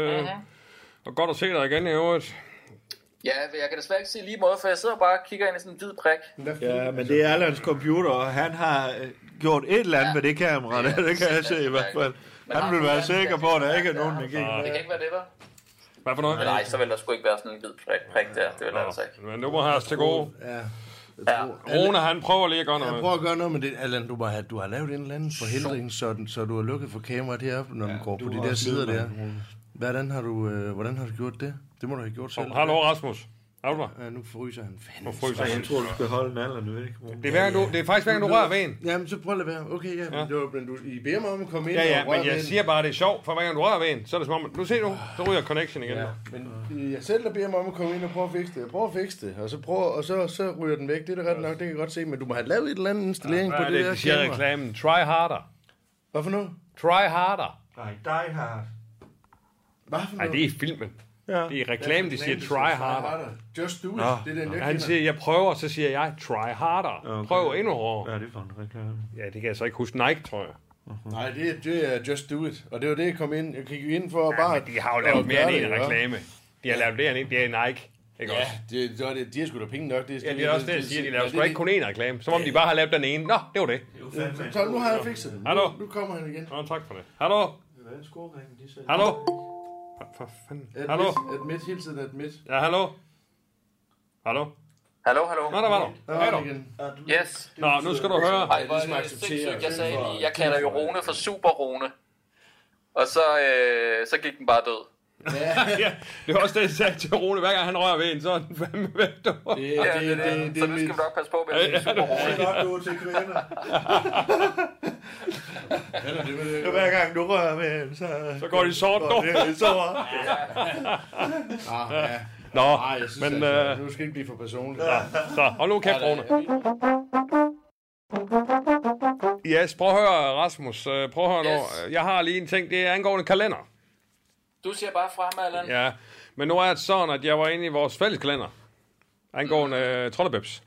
Speaker 3: Og godt at se dig igen i øvrigt.
Speaker 6: Ja, jeg kan desværre ikke se lige måde, for jeg sidder og bare og kigger ind i sådan en hvid prik.
Speaker 2: Ja, men det er Allans computer, og han har gjort et eller andet med det kamera. Det kan jeg se i hvert fald. Han vil være sikker på, at der ikke er nogen, der gik.
Speaker 6: Det kan ikke være det, der.
Speaker 3: Hvad for noget?
Speaker 6: Men nej, så vil der sgu ikke være sådan en hvid prik der. Det vil der altså ikke.
Speaker 3: Men nu må have os til gode.
Speaker 5: Ja.
Speaker 3: Rune, han prøver lige at gøre noget.
Speaker 5: Jeg prøver at gøre noget med det. Allan, du har lavet en eller anden forhindring, så du har lukket for kameraet heroppe, når du går på de der sider der. Hvordan har du gjort det? Det må du have gjort selv.
Speaker 3: Hallo, Rasmus. Ja,
Speaker 5: nu fryser han.
Speaker 2: Jeg tror, du skal holde den Allan, du ikke?
Speaker 3: Det er faktisk hverken, du rører ved en.
Speaker 5: Jamen, så prøv at lade være. Okay, ja. Men I beder mig om at komme ind
Speaker 3: og
Speaker 5: røre
Speaker 3: men jeg siger bare, det er sjovt, for hver gang du rører ved en, så er det som om, nu ser du, så ryger connection igen.
Speaker 5: Ja, men jeg selv der beder mig om at komme ind og prøve at fikse det. Jeg prøver at fikse det, og så ryger den væk. Det er det ret nok, det kan jeg godt se. Men du må have lavet et eller andet installering på det der kamera.
Speaker 3: Det siger reklamen. Try harder.
Speaker 5: Hvad for noget?
Speaker 3: Try harder.
Speaker 2: Nej, die hard.
Speaker 5: Hvad for noget?
Speaker 3: Nej, det er filmen. Ja. Det er reklame, de siger try harder.
Speaker 5: Just do it. Det er den,
Speaker 3: han siger, jeg prøver, så siger jeg try harder. Okay. Prøv endnu hårdere.
Speaker 2: Ja, det er for en reklame.
Speaker 3: Ja, det kan jeg så ikke huske. Nike, tror jeg.
Speaker 5: Nej, det er just do it. Og det var det, jeg kom ind. Jeg gik ind for at bare...
Speaker 3: Men de har jo lavet mere end en reklame. De har lavet det end en. Det er Nike. Ikke også?
Speaker 5: De har sgu da penge nok.
Speaker 3: Det er også det, jeg siger. De laver sgu ikke kun én reklame. Som om de bare har lavet den ene. Nå, det var det.
Speaker 5: Så nu har jeg fikset det.
Speaker 3: Hallo?
Speaker 5: Nu kommer han igen.
Speaker 3: Tak for det. Hallo? Hallo? For fanden. Hallo?
Speaker 5: Admit, hele tiden admit.
Speaker 3: Ja, hallo? Hallo?
Speaker 6: Hallo?
Speaker 3: Nå, der var du.
Speaker 5: Hej du.
Speaker 6: Yes.
Speaker 3: Nå, nu skal du høre.
Speaker 6: Ej, hvor er det sindssygt. Jeg sagde lige, jeg kalder jo Rune for Super Rune. Og så gik den bare død.
Speaker 3: Ja, det er også det, jeg sagde til Rune. Hver gang han rører ved en, så er den fandme væk.
Speaker 6: Så nu skal vi nok passe på med Super Rune.
Speaker 2: Det er godt, du er til kvinder. Hver gang du rører ved en,
Speaker 3: så går de sort.
Speaker 5: Ja.
Speaker 3: Nå,
Speaker 5: jeg synes, men nu skal ikke blive for personligt.
Speaker 3: Så hold nu kæft, Rune. Yes, prøv at høre, Rasmus. Prøv at høre nu. Jeg har lige en ting. Det er angående kalender.
Speaker 6: Du siger bare frem, Allan.
Speaker 3: Ja, men nu er det sådan, at jeg var inde i vores fælles kalender. Angående Troldebæbs.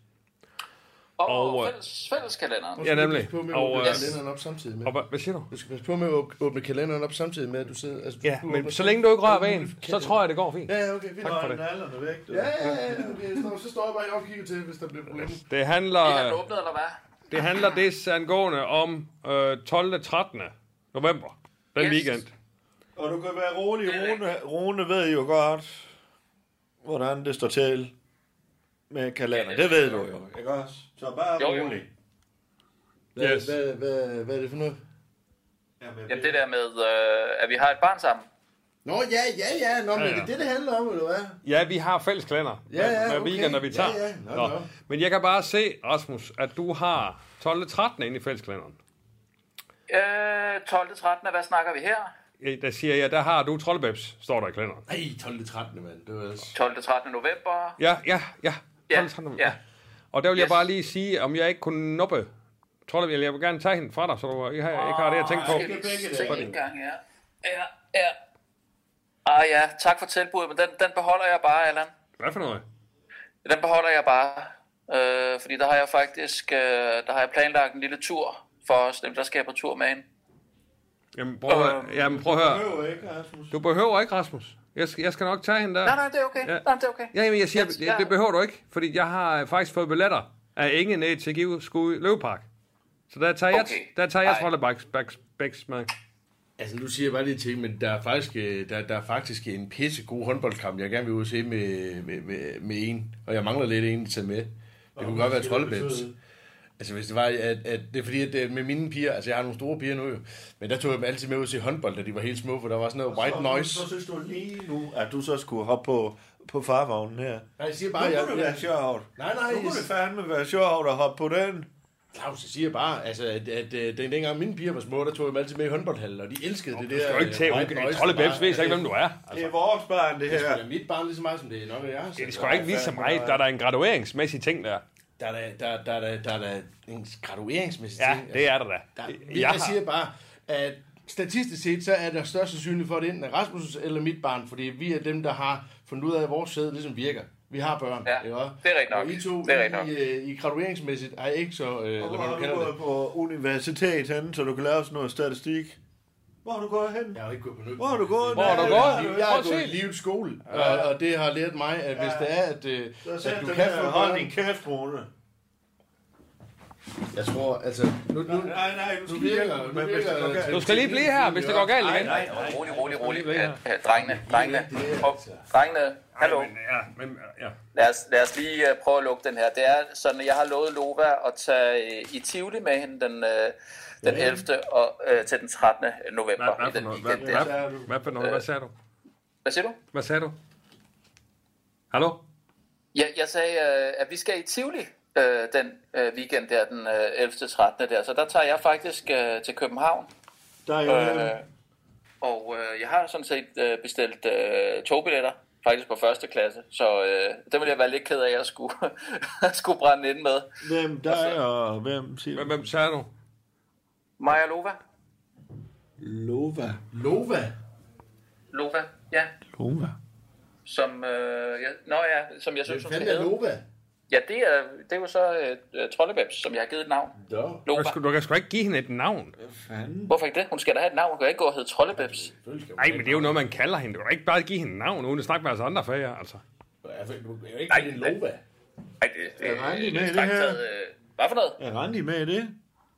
Speaker 6: Fælles kalender.
Speaker 5: Ja, nemlig. Du skal passe på med at åbne kalenderen op samtidig med.
Speaker 3: Hvad siger du?
Speaker 5: Du skal passe på med at åbne kalenderen op samtidig med, at du sidder... Altså,
Speaker 3: ja, men så længe du ikke rører ved en, så tror jeg, det går fint.
Speaker 5: Ja, okay.
Speaker 2: Tak for det.
Speaker 5: Ja, okay. Så står jeg bare og kigger til, hvis der bliver problemer.
Speaker 3: Det handler...
Speaker 6: Er den åbnet, eller hvad?
Speaker 3: Det handler det angående om 12. 13. november. Den weekend.
Speaker 2: Og du kan være rolig. Rune ved jo godt, hvordan det står til med kalender. Det ved du jo, ikke også? Så bare rolig.
Speaker 5: Hvad er det for noget?
Speaker 6: Jamen det der med, at vi har et barn sammen.
Speaker 5: Nå, ja. Nå, men det handler om, eller hvad?
Speaker 3: Ja, vi har fælles kalender med weekender, vi tager.
Speaker 5: Ja. Nå.
Speaker 3: Men jeg kan bare se, Rasmus, at du har 12. 13. inde i fælleskalenderen.
Speaker 6: 12. 13. Hvad snakker vi her?
Speaker 3: Der siger jeg, der har du Troldebæbs, står der i kalenderen.
Speaker 5: Nej, 12. 13. mand. Det var
Speaker 6: 12. 13. november.
Speaker 3: Ja. 12. 13. november. Og der vil jeg bare lige sige, om jeg ikke kunne nuppe Troldebæs. Jeg vil gerne tage hende fra dig, så du ikke har det, jeg tænker på.
Speaker 6: Skal vi se en gang, ja. Ja, tak for tilbuddet, men den beholder jeg bare, Allan.
Speaker 3: Hvad for noget?
Speaker 6: Den beholder jeg bare, fordi der har jeg faktisk planlagt en lille tur for os, dem der skal på tur med hende.
Speaker 3: Jamen prøv at høre. Du behøver ikke, Rasmus. Jeg skal nok tage hende der.
Speaker 6: Nej, det er okay.
Speaker 3: Ja.
Speaker 6: Nej, det er okay.
Speaker 3: Ja, men jeg siger, det behøver du ikke, fordi jeg har faktisk fået billetter af Inge ned til Give Skue Løvepark. Så der tager jeg Troldebæks med.
Speaker 5: Altså, du siger bare lige ting, men der er faktisk en pissegod håndboldkamp, jeg gerne vil ud og se med en. Og jeg mangler lidt en til med. Det kunne godt være Troldebæks. Altså, hvis det var, at det er fordi, at med mine piger, altså jeg har nogle store piger nu jo, men der tog jeg dem altid med ud til håndbold, da de var helt små, for der var sådan noget white noise.
Speaker 2: Så synes du lige nu, at du så skulle hoppe på farvognen her?
Speaker 5: Nej, jeg siger bare,
Speaker 2: nu kunne det være sjovt.
Speaker 5: Nej.
Speaker 2: Nu kunne det fandme være sjovt at hoppe på den.
Speaker 5: Claus, jeg siger bare, altså, at dengang mine piger var små, der tog jeg dem altid med i håndboldhallen, og de elskede det der.
Speaker 3: Du skal jo ikke tage Troldebæbs, ved ikke, hvem du er. Altså.
Speaker 2: Det er vores barn, det her.
Speaker 5: Det er mit barn lige så meget, som det er nok er jeg.
Speaker 3: Det er sgu ikke lige så meget. Der er der en gradueringsmæssig ting der.
Speaker 5: Der er en gradueringsmæssig
Speaker 3: Ja,
Speaker 5: ting.
Speaker 3: det er der da.
Speaker 5: Jeg siger bare, at statistisk set, så er der størst sandsynligt for, at det enten er Rasmus eller mit barn, fordi vi er dem, der har fundet ud af, at vores sæde ligesom virker. Vi har børn.
Speaker 6: Ja,
Speaker 5: ikke?
Speaker 6: det er rigtigt nok.
Speaker 5: Og I to,
Speaker 6: det er rigtigt
Speaker 5: I gradueringsmæssigt, er ikke så...
Speaker 2: Hvor har du gået på universitet henne, så du kan lave sådan noget statistik? Hvor har du gået hen?
Speaker 5: Jeg har ikke gået på noget.
Speaker 2: Hvor har du gået?
Speaker 3: Hvor har du gået?
Speaker 5: Jeg har gået i livets skole, og det har lært mig, at hvis det er, at du kan få
Speaker 2: hold din kæft, Rune.
Speaker 5: Jeg tror, altså... Nu virker...
Speaker 3: Du skal lige blive her, hvis det går galt igen.
Speaker 6: Nej, rolig. Drengene. Hallo. Lad os lige prøve at lukke den her. Det er sådan, at jeg har lovet Lova at tage i Tivoli med hende den 11. og til den 13. november.
Speaker 3: Hvad sagde du?
Speaker 6: Hvad siger du?
Speaker 3: Hvad sagde du? Hallo?
Speaker 6: Ja, jeg sagde, at vi skal i Tivoli den weekend der, den 11. 13. der. Så der tager jeg faktisk til København.
Speaker 2: Der er jo
Speaker 6: og jeg har sådan set bestilt togbilletter, faktisk på første klasse. Så det ville jeg være lidt ked af, at jeg skulle brænde ind med.
Speaker 2: Hvem der er, og hvem siger du?
Speaker 3: Hvem sagde du?
Speaker 6: Maja Lova.
Speaker 2: Lova.
Speaker 6: Lova, ja.
Speaker 2: Lova.
Speaker 6: Som, som jeg synes, hun skal
Speaker 5: hedde.
Speaker 6: hedde.
Speaker 5: Lova?
Speaker 6: Ja, det er jo så Troldebæbs, som jeg har givet et navn.
Speaker 3: Du kan sgu ikke give hende et navn.
Speaker 6: Hvorfor ikke det? Hun skal da have et navn. Hun kan ikke gå og hedde Troldebæbs.
Speaker 3: Nej, men det er jo noget, man kalder hende. Du kan ikke bare give hende et navn, uden at snakke med os andre for jer, altså.
Speaker 5: Du kan jo ikke kalde det Lova.
Speaker 6: Nej, det er
Speaker 2: Randi med det her?
Speaker 6: Hvad for noget?
Speaker 2: Er Randi med det?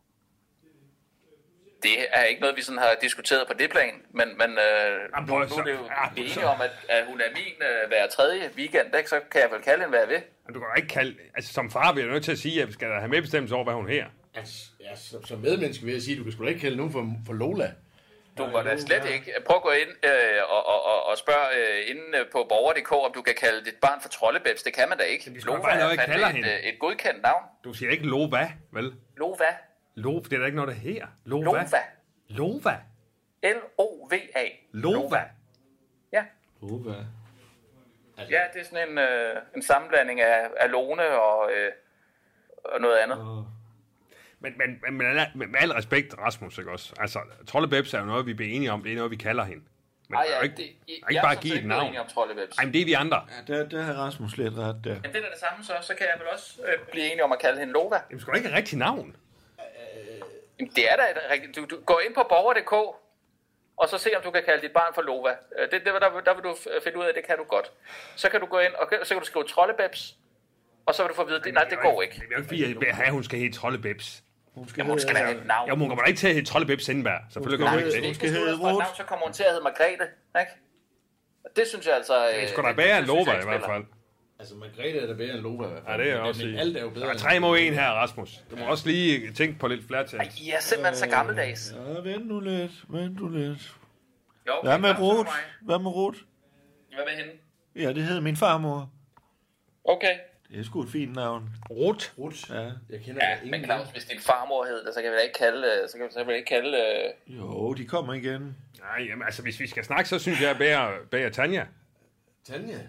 Speaker 6: Det er ikke noget, vi sådan har diskuteret på det plan, men nu er det jo, vi er enige om, at hun er min hver tredje weekend, ikke? Så kan jeg vel kalde hende, hvad jeg vil.
Speaker 3: Men du kan ikke kalde... Altså, som far bliver jeg nødt til at sige, at vi skal have medbestemmelse over, hvad hun her.
Speaker 5: Altså, som medmenneske vil jeg sige, at du kan sgu da ikke kalde nogen for Lola.
Speaker 6: Du må da slet ikke. Prøv at gå ind og spørge inde på borger.dk, om du kan kalde dit barn for Troldebæbs. Det kan man da ikke.
Speaker 3: Lova er
Speaker 6: et godkendt navn.
Speaker 3: Du siger ikke Lova, vel?
Speaker 6: Lova.
Speaker 3: Lova, det er da ikke noget, der her.
Speaker 6: Lova.
Speaker 3: Lova.
Speaker 6: L-O-V-A.
Speaker 3: Lova.
Speaker 6: Ja.
Speaker 2: Lova.
Speaker 6: Altså. Ja, det er sådan en sammenblanding af Lone og noget andet.
Speaker 3: Men med al respekt, Rasmus, ikke også? Altså, Troldebæbs er jo noget, vi bliver enige om. Det er noget, vi kalder hende. Men ikke bare give et navn. Ej, men det er vi andre.
Speaker 2: Ja, der har Rasmus lidt ret der.
Speaker 6: Men det er det samme så kan jeg vel også blive enig om at kalde hende Lova.
Speaker 3: Jamen, skal du ikke have rigtig navn?
Speaker 6: Jamen, det er da rigtigt. Du går ind på borger.dk, og så se, om du kan kalde dit barn for Lova. Der vil du finde ud af, at det kan du godt. Så kan du gå ind, og så kan du skrive Troldebæbs, og så vil du få at vide, nej, det går ikke.
Speaker 3: Det er jo ikke fordi, at hun skal hedde Troldebæbs.
Speaker 6: Hun skal have et navn.
Speaker 3: Ja, hun kommer ikke til at hedde Troldebæbs Indberg. Selvfølgelig kommer hun ikke
Speaker 6: det. Hvis du får et navn, så kommer hun til at hedde Margrethe, ikke? Det synes jeg altså...
Speaker 3: Det skal da bære en Lova i hvert fald.
Speaker 5: Altså, Margrethe er der bedre end Lova i hvert fald.
Speaker 3: Ja, det er også
Speaker 5: men alt er jo bedre.
Speaker 3: Der er 3 mod 1 her, Rasmus. Du må også lige tænke på lidt flertal.
Speaker 6: Ej, I er simpelthen så gammeldags.
Speaker 2: Ja, vent nu lidt.
Speaker 6: Jo, okay,
Speaker 2: Hvad med Ruth? Hvad med
Speaker 6: hende?
Speaker 2: Ja, det hedder min farmor.
Speaker 6: Okay.
Speaker 2: Det er sgu et fint navn.
Speaker 3: Ruth?
Speaker 2: Ja.
Speaker 5: Jeg kender
Speaker 6: men Claus, hvis din farmor hed det, så kan vi da ikke kalde...
Speaker 2: Jo, de kommer igen.
Speaker 3: Nej, jamen, altså, hvis vi skal snakke, så synes jeg, at bære Tanja.
Speaker 5: Tanja?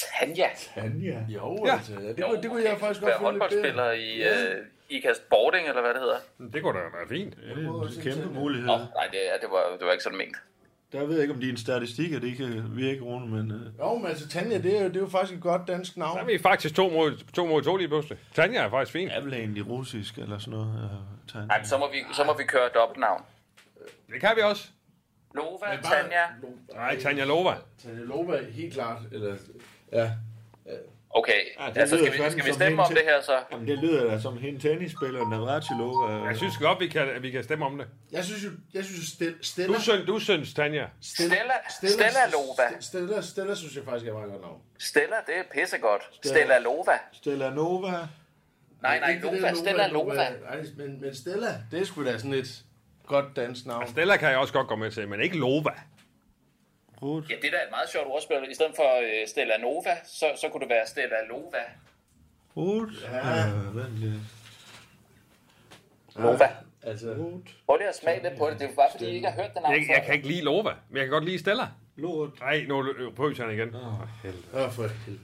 Speaker 5: Jo,
Speaker 3: ja.
Speaker 5: Altså, det kunne jeg faktisk godt
Speaker 6: være håndboldspiller i IKAST Sporting, eller hvad det hedder.
Speaker 3: Det kunne da være fint.
Speaker 2: Ja, det er en kæmpe mulighed.
Speaker 6: Nej, det var ikke sådan ment.
Speaker 2: Der ved jeg ikke, om dine statistikker, det kan virke, Rune, men...
Speaker 5: Jo, men altså, Tanja, det er jo faktisk et godt dansk navn.
Speaker 3: Der er vi faktisk 2 mod 2 lige pludselig. Tanja er faktisk fint.
Speaker 2: Er vel egentlig russisk, eller sådan noget?
Speaker 6: Nej, så må vi køre dobbeltnavn.
Speaker 3: Det kan vi også.
Speaker 6: Lova, Tanja.
Speaker 3: Nej, Tanja Lova.
Speaker 5: Tanja Lova, helt klart. Eller, ja.
Speaker 6: Okay, altså skal vi stemme om det her så?
Speaker 2: Jamen, det lyder da som hende tennisspiller, Navratilova.
Speaker 3: Jeg synes godt, vi kan stemme om det.
Speaker 5: Jeg synes Stella...
Speaker 3: Du synes, Tanja.
Speaker 6: Stella Lova.
Speaker 5: Stella synes jeg faktisk er meget godt navn.
Speaker 6: Stella, det er pissegodt. Stella Lova.
Speaker 2: Stella Nova.
Speaker 6: Nej, Lova. Stella Lova.
Speaker 5: Nej, men Stella, det er sgu da sådan et godt dansk navn.
Speaker 3: Stella kan jeg også godt gå med til, men ikke Lova.
Speaker 2: Ruth.
Speaker 6: Ja, det er da et meget sjovt ordspil. I stedet for Stella Nova, så kunne det være Stella Lova.
Speaker 2: Ruth.
Speaker 5: Ja.
Speaker 2: Vent lidt.
Speaker 6: Lova.
Speaker 5: Altså...
Speaker 6: Prøv lige at smage lidt på det. Det er jo bare, fordi I ikke har hørt den navn
Speaker 3: Jeg kan ikke lide Lova, men jeg kan godt lide Stella.
Speaker 5: Lort.
Speaker 3: Nej, nu prøver jeg igen.
Speaker 5: For helvede.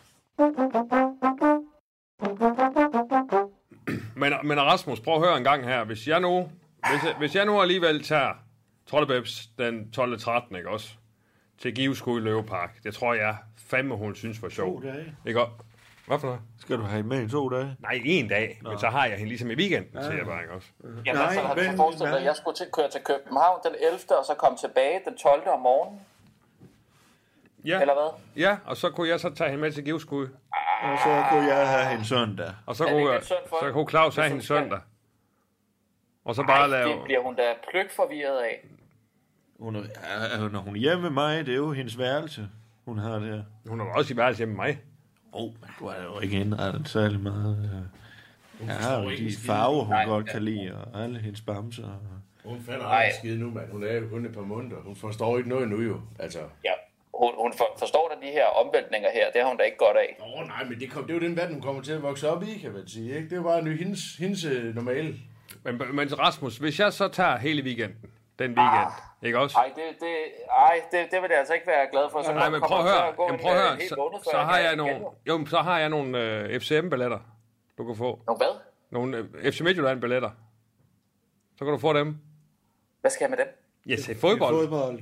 Speaker 3: Men Rasmus, prøv at høre en gang her. Hvis jeg nu alligevel tager Troldebæbs den 12. 13, ikke også? Til Giveskue Løvepark. Det tror jeg fandme, hun synes var sjovt.
Speaker 2: 2 dage.
Speaker 3: Ikke også? Hvad for noget?
Speaker 2: Skal du have med i 2 dage?
Speaker 3: Nej, 1 dag. Men så har jeg hende ligesom i weekenden, siger jeg bare, ikke også?
Speaker 6: Jamen, altså, har du så forestillet dig, at jeg skulle køre til København den 11. og så komme tilbage den 12. om morgenen?
Speaker 3: Ja.
Speaker 6: Eller hvad?
Speaker 3: Ja, og så kunne jeg så tage hende med til Giveskue.
Speaker 2: Og så kunne jeg have hende søndag.
Speaker 3: Og så kunne Claus have hende søndag. Og så bare lave...
Speaker 6: det bliver hun da pløk forvirret af.
Speaker 2: Når hun er hjemme med mig, det er jo hendes værelse, hun har der.
Speaker 3: Hun er også i værelse hjemme med mig.
Speaker 2: Men du er jo ikke indrettet særlig meget. Jeg har jo de farver, hun godt kan lide, og alle hendes bamser.
Speaker 5: Hun fatter aldrig skide nu, mand. Hun er jo kun et par måneder. Hun forstår ikke noget nu jo. Altså...
Speaker 6: Ja, hun forstår da de her omvæltninger her. Det har hun da ikke godt af.
Speaker 5: Nej, men det er jo den verden, hun kommer til at vokse op i, kan man sige. Ikke? Det var jo hendes normale.
Speaker 3: Men Rasmus, hvis jeg så tager hele weekenden, den weekend, ikke også?
Speaker 6: Det vil jeg altså ikke være glad for. Så
Speaker 3: nej, men prøv at høre. Så har jeg nogle FCM-billetter, du kan få.
Speaker 6: Nogle hvad?
Speaker 3: Nogle FC Midtjylland-billetter. Så kan du få dem.
Speaker 6: Hvad skal jeg med dem?
Speaker 3: Ja, se fodbold.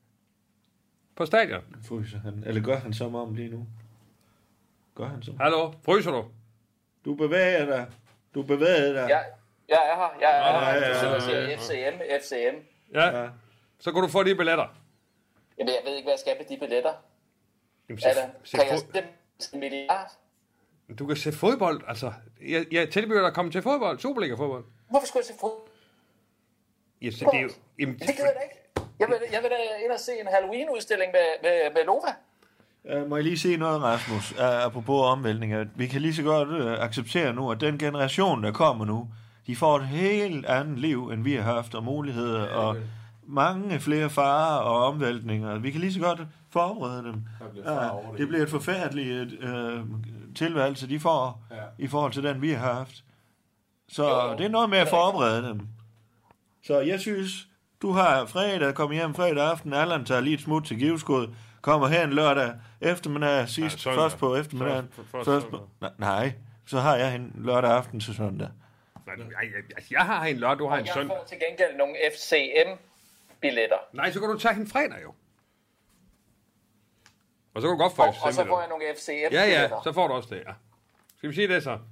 Speaker 3: På stadion.
Speaker 2: Fryser han. Eller gør han som om lige nu? Gør han så?
Speaker 3: Hallo, fryser du?
Speaker 2: Du bevæger dig.
Speaker 6: Ja, jeg er her. Jeg sidder og siger FCM.
Speaker 3: Ja. Så kan du få de billetter.
Speaker 6: Jamen, jeg ved ikke, hvad jeg skal med de billetter.
Speaker 3: Jamen,
Speaker 6: kan jeg stemme en milliard?
Speaker 3: Du kan se fodbold, altså. Jeg tilbyder dig at komme til fodbold, Superliga-fodbold.
Speaker 6: Hvorfor skulle jeg se fodbold?
Speaker 3: Ja, så det er jo...
Speaker 6: Jamen, det gider jeg da ikke. Jeg vil da ind og se en Halloween-udstilling med Lova.
Speaker 2: Må jeg lige sige noget, Rasmus, apropos omvæltninger. Vi kan lige så godt acceptere nu, at den generation, der kommer nu, de får et helt andet liv, end vi har haft, og muligheder, og mange flere farer og omvæltninger. Vi kan lige så godt forberede dem. Det bliver et forfærdeligt tilværelse, de får, i forhold til den, vi har haft. Så det er noget med at forberede dem. Så jeg synes, du har fredag, kommer hjem fredag aften, Allan tager lige et smut til Giveskue, kommer her en lørdag eftermiddag, først på eftermiddagen. Nej, så har jeg en lørdag aften til søndag.
Speaker 3: Jeg har en lørdag, du har en søndag.
Speaker 6: Jeg får til gengæld nogle FCM-billetter.
Speaker 3: Nej, så kan du tage hende fredag jo. Og så kan du godt få FCM.
Speaker 6: Og så får jeg nogle FCM-billetter.
Speaker 3: Ja, så får du også det, ja. Skal vi sige det så?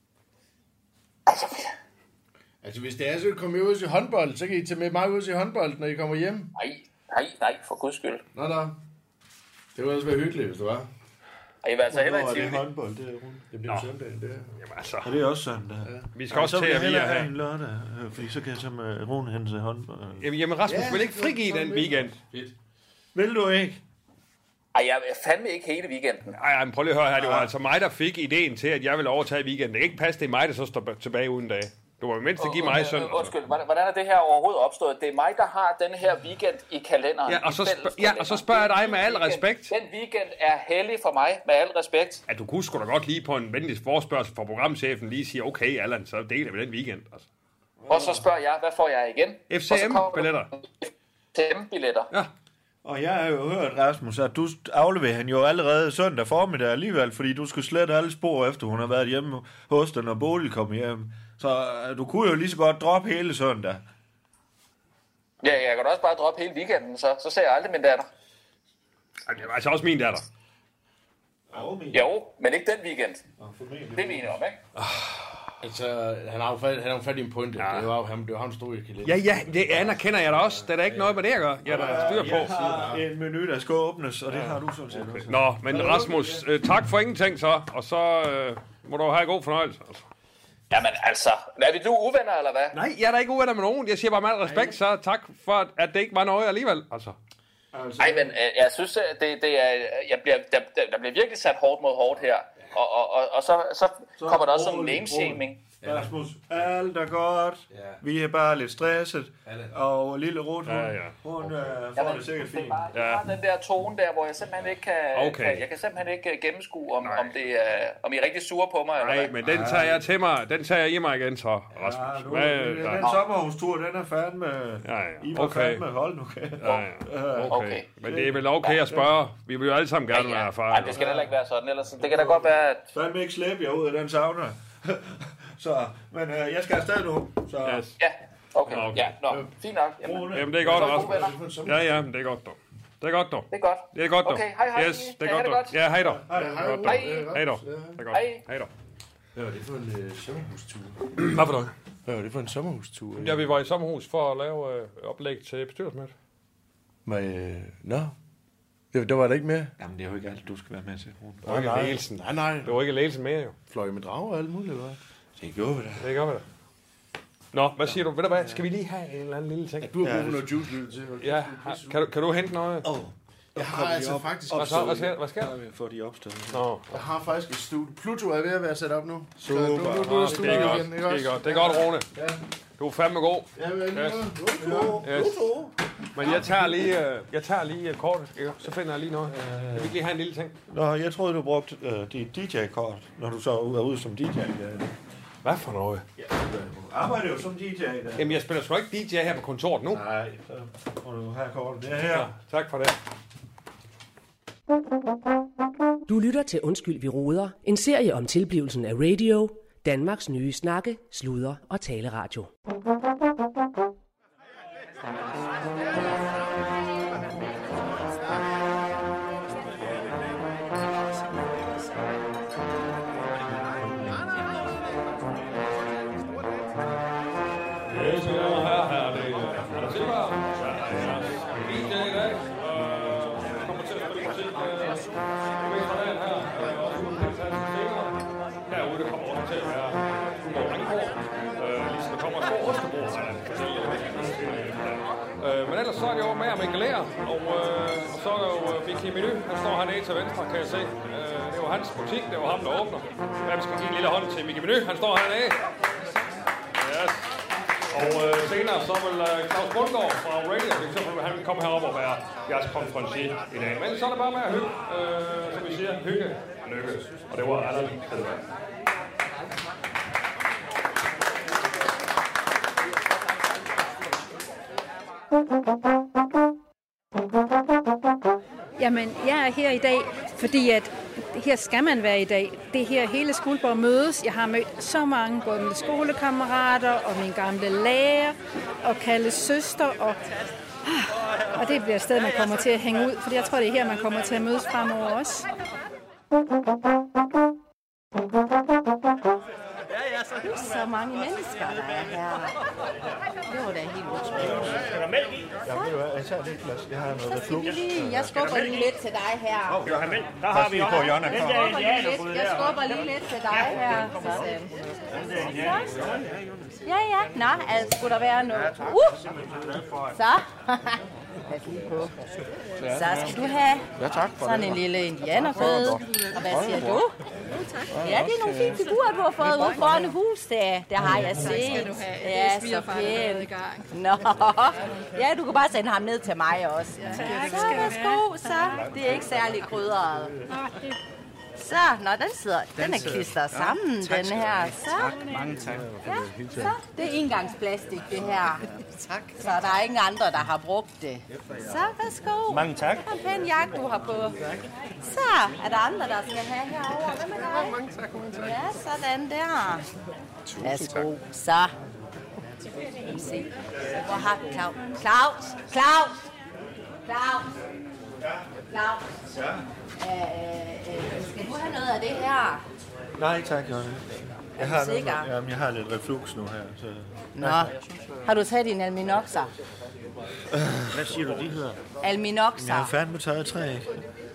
Speaker 5: Altså, hvis det er, så kommer I ud til håndbold, så kan I tage med mig ud til håndbold, når I kommer hjem.
Speaker 6: Nej, for guds skyld.
Speaker 5: Nå. Det ville også være hyggeligt, hvis det var.
Speaker 6: Og I vil altså heller ikke
Speaker 2: sige det. Håndbold, det er rundt.
Speaker 5: Det bliver søndagen, det er.
Speaker 3: Jamen altså.
Speaker 2: Og det er også søndag. Ja.
Speaker 3: Vi skal også til at
Speaker 2: have en lørdag, fordi så kan jeg tage med Rune hen til håndbold.
Speaker 3: Jamen Rasmus, vil ikke frigive den weekend?
Speaker 5: Fedt.
Speaker 2: Vil du ikke?
Speaker 6: Ej, jeg er fandme ikke hele weekenden.
Speaker 3: Ej, men prøv lige at høre her. Det var altså mig, der fik ideen til, at jeg ville overtage weekenden. Det kan ikke passe, det er mig, der så står tilbage uden dag. Du var jo mindst at give mig søndag.
Speaker 6: Undskyld, hvordan er det her overhovedet opstået? Det er mig, der har den her weekend i kalenderen.
Speaker 3: Og så spørger jeg dig med al respekt.
Speaker 6: Den weekend er hellig for mig, med al respekt.
Speaker 3: At du kunne sgu da godt lige på en venlig forespørgsel fra programchefen lige sige, okay, Allan, så deler vi den weekend. Altså.
Speaker 6: Og så spørger jeg, hvad får jeg igen?
Speaker 3: FCM-billetter.
Speaker 6: FCM-billetter.
Speaker 3: Ja.
Speaker 2: Og jeg har jo hørt, Rasmus, at du afleverer hende jo allerede søndag formiddag alligevel, fordi du skulle slette alle spor, efter hun har været hjemme hos dig, når Bodil kom hjem. Så du kunne jo lige så godt droppe hele søndag.
Speaker 6: Ja, jeg kan da også bare droppe hele weekenden, så ser jeg aldrig min datter.
Speaker 3: Det var altså også min datter.
Speaker 6: Jo, men ikke den weekend. Det er vi enige om, ikke?
Speaker 5: Altså, han har jo fat i en pointe. Ja. Det var ham, stod i kalenderen.
Speaker 3: Ja, det anerkender jeg da også. Det er da ikke noget med det, jeg gør. Jeg er da styr på.
Speaker 2: Jeg har en menu, der skal åbnes, og det har du sådan set også.
Speaker 3: Nå, men Rasmus, tak for ingenting så. Og så må du have god fornøjelse.
Speaker 6: Jamen altså, er vi nu uvenner, eller hvad?
Speaker 3: Nej, jeg er da ikke uvenner med nogen. Jeg siger bare med al respekt, så tak for, at det ikke var noget alligevel. Altså.
Speaker 6: Nej, men jeg synes, at det er, der bliver virkelig sat hårdt mod hårdt her. Og så kommer der også sådan en name-shaming.
Speaker 2: Rasmus, alt er godt. Ja. Vi er bare lidt stresset. Og lille Ruth, hun får det sikkert fint.
Speaker 6: Det er den der tone der, hvor jeg simpelthen ikke kan, jeg kan simpelthen ikke gennemskue, om I er rigtig sure på mig.
Speaker 3: Nej, men den tager jeg til mig. Den tager jeg i mig igen så, Rasmus.
Speaker 2: Den sommerhustur, den er fandme... I var fandme, hold nu.
Speaker 3: Okay. Men det er vel okay at spørge. Vi vil jo alle sammen gerne være erfarne.
Speaker 6: Nej, det skal heller ikke være sådan. Ellers, det kan da godt være, at...
Speaker 2: Fandme ikke slæbe jer ud af den sauna. Så, men jeg skal afsted nu. Så.
Speaker 3: Yes.
Speaker 6: Ja, okay. Ja, fint nok.
Speaker 3: Jamen, det er godt, Rasmus. Ja, men det er godt, dog. Det er godt, dog.
Speaker 6: Det er godt.
Speaker 3: Det er godt, dog.
Speaker 6: Okay, hej.
Speaker 3: Yes, det er godt, dog. Ja, hej, dog. Hej, dog. Det er godt. Hej, dog.
Speaker 5: Hvad var det for en sommerhustur?
Speaker 3: Hvad for noget?
Speaker 5: Hvad var det for en sommerhustur?
Speaker 3: Ja, vi var i sommerhus for at lave oplæg til bestyrelsesmødet.
Speaker 5: Der var der ikke mere.
Speaker 2: Jamen, det er jo ikke alt, du skal være med til.
Speaker 3: Det var ikke ledelsen.
Speaker 5: Nej.
Speaker 3: Det var ikke ledelsen mere, jo.
Speaker 5: Fløj med drager og alt muligt, eller hvad?
Speaker 2: Det gjorde vi da.
Speaker 3: Det gør vi da. Nå, hvad siger du? Ved du hvad? Skal vi lige have en eller anden lille ting?
Speaker 5: Du har brug for noget juice til.
Speaker 3: Ja, kan du hente noget?
Speaker 5: Jeg har altså faktisk...
Speaker 3: Hvad sker der?
Speaker 2: For de opstået.
Speaker 3: Nå.
Speaker 5: Jeg har faktisk et studie. Pluto er ved at være sat op nu.
Speaker 2: Super.
Speaker 3: Det er godt. Det er godt, Rune. Ja. Du er fandme god. Yes. Men jeg tager lige kortet. Så finder jeg lige noget. Jeg vil lige have en lille ting.
Speaker 2: Nå, jeg troede, du brugte dit DJ-kort, når du så er ude som DJ.
Speaker 3: Hvad for noget?
Speaker 2: Ja, du arbejder jo som DJ.
Speaker 3: Jamen, jeg spiller sgu ikke DJ her på kontoret nu.
Speaker 2: Nej, så må du have kortet. Det er her.
Speaker 3: Ja, tak for det.
Speaker 1: Du lytter til Undskyld, vi roder. En serie om tilblivelsen af radio. Danmarks nye snakke, sludre og taleradio.
Speaker 3: Men ellers så er det jo med at mingelere, og så er der jo Vicky Menu, han står hernede til venstre, kan jeg se. Det er jo hans butik, det er jo ham, der åbner. Hvem skal give en lille hånd til Vicky Menu? Han står hernede. Yes. Og senere så vil Claus Bundgaard fra Radio, han vil komme herop og være jeres konferencier i dag. Men så er det bare med at hygge, som vi siger, hygge og lykke. Og det var allerede det.
Speaker 7: Jamen, jeg er her i dag, fordi at her skal man være i dag. Det er her hele Skuldborg mødes. Jeg har mødt så mange, både mine skolekammerater og min gamle lærer og Kalles søster. Og det bliver et sted, man kommer til at hænge ud, for jeg tror, det er her, man kommer til at mødes fremover også. Så mange mennesker, der er her. Det var da helt utroligt.
Speaker 2: Skal der mælk i? Ja, ved du hvad, jeg tager lidt glas. Jeg har noget flux.
Speaker 7: Jeg skubber lige lidt til dig her.
Speaker 2: Skal du have mælk? Der har vi også.
Speaker 7: Jeg skubber lige lidt til dig her. Ja. Nå, altså, skulle der være noget? Så. Så skal du have sådan en lille indianerføde. Og hvad siger du? Ja, det er nogle fine figurer, du har fået ude foran hus. Det har jeg set. Ja, så pænt. Nå. Ja, du kan bare sende ham ned til mig også. Så værsgo, så. Det er ikke særlig krydret. Så, den er klistret sammen, den her. Så.
Speaker 5: Mange tak.
Speaker 7: Ja, så. Det er engangsplastik, det her. Tak. Så der er ingen andre, der har brugt det. Så, værsgo.
Speaker 2: Mange tak.
Speaker 7: Det er en pæn jakke, du har på. Så, er der andre, der skal have herovre? Hvad med dig?
Speaker 5: Mange tak.
Speaker 7: Ja, sådan der. Værsgo. Så. Hvor har Claus? Skal du have noget af det her?
Speaker 2: Nej, tak, Jonna. Jeg har lidt reflux nu her. Så...
Speaker 7: Nå, har du taget dine alminoxer?
Speaker 2: Hvad siger du, de hedder?
Speaker 7: Alminoxer.
Speaker 2: Jeg har fandme taget 3.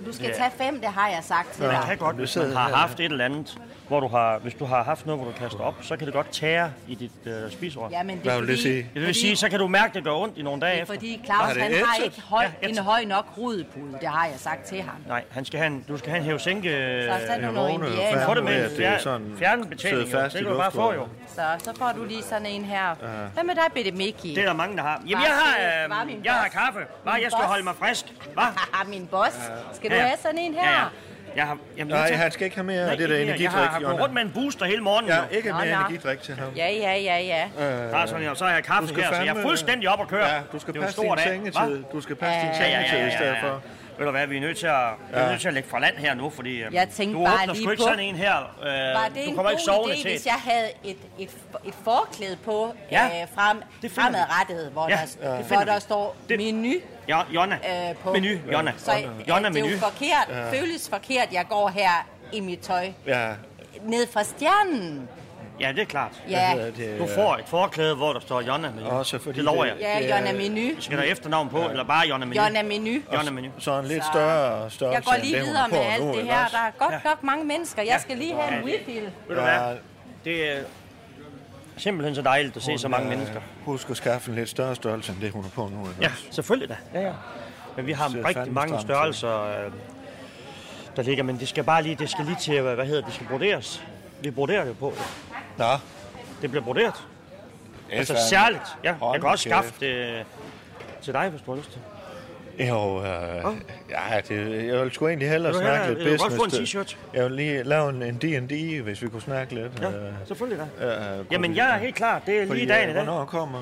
Speaker 7: Du skal tage 5, det har jeg sagt til dig.
Speaker 8: Man kan godt, hvis man har haft et eller andet, hvis du har haft noget, hvor du kaster op, så kan det godt tære i dit spiseord.
Speaker 7: Ja, men det er
Speaker 8: det vil sige, så kan du mærke, at det gør ondt i nogle dage efter.
Speaker 7: Fordi Claus, han har ikke en høj nok rudepude, det har jeg sagt til ham.
Speaker 8: Nej, du skal have en hæve-sænke.
Speaker 7: Så er der noget indianer.
Speaker 8: Få det med fjernbetjening, det kan du bare få jo.
Speaker 7: Så får du lige sådan en her. Hvad med dig, Bitte Mickey?
Speaker 8: Det er der mange, der har. Jamen, jeg har kaffe. Jeg skal holde mig frisk.
Speaker 7: Min boss. Skal du have sådan en her?
Speaker 2: Nej, han skal ikke have mere af det der energidrik,
Speaker 8: Jeg har gået rundt med en booster hele morgenen.
Speaker 2: Ja, ikke mere energidrik til ham.
Speaker 7: Ja.
Speaker 8: Så har jeg kaffe her, så jeg er fuldstændig op at køre.
Speaker 2: Ja, du skal passe din sengetid. Du skal passe din sengetid i stedet for.
Speaker 8: Ved du hvad, vi er nødt til at lægge fra land her nu, fordi
Speaker 7: jeg tænkte
Speaker 8: du
Speaker 7: bare
Speaker 8: åbner sgu ikke sådan en her.
Speaker 7: Var det en god idé, hvis jeg havde et forklæde på fremadrettet, hvor der står menu?
Speaker 8: Jonna. Menu. Jonna.
Speaker 7: Så det er jo forkert, føles forkert, jeg går her i mit tøj. Ned fra stjernen.
Speaker 8: Ja, det er klart.
Speaker 7: Ja.
Speaker 8: Du får et forklæde, hvor der står Jonna Menu.
Speaker 2: Også fordi
Speaker 8: det lover jeg.
Speaker 7: Ja, Jonna Menu.
Speaker 8: Skal der efternavn på, eller bare Jonna Menu?
Speaker 7: Jonna Menu.
Speaker 8: Jonna Menu.
Speaker 2: Så en lidt større
Speaker 7: jeg går lige videre med alt det her. Der er godt nok mange mennesker. Jeg skal lige have en refill.
Speaker 8: Ved du hvad? Det er simpelthen så dejligt at se så mange mennesker.
Speaker 2: Husk at skaffe en lidt større størrelse, end det hun er på nu.
Speaker 8: Ja, selvfølgelig da. Ja. Men vi har rigtig mange størrelser, der ligger, men det skal lige til, det skal broderes. Vi broderer det på.
Speaker 2: Nå.
Speaker 8: Det bliver broderet. Altså særligt. Ja, jeg kan også skaffe det til dig, hvis du har lyst til.
Speaker 2: Jo, jeg vil sgu egentlig hellere snakke lidt business.
Speaker 8: Jeg vil godt få en t-shirt.
Speaker 2: Jeg vil lige lave en D&D, hvis vi kunne snakke lidt.
Speaker 8: Ja, selvfølgelig da. Jamen, jeg er helt klar. Det er lige dagen i dag.
Speaker 2: Hvornår kommer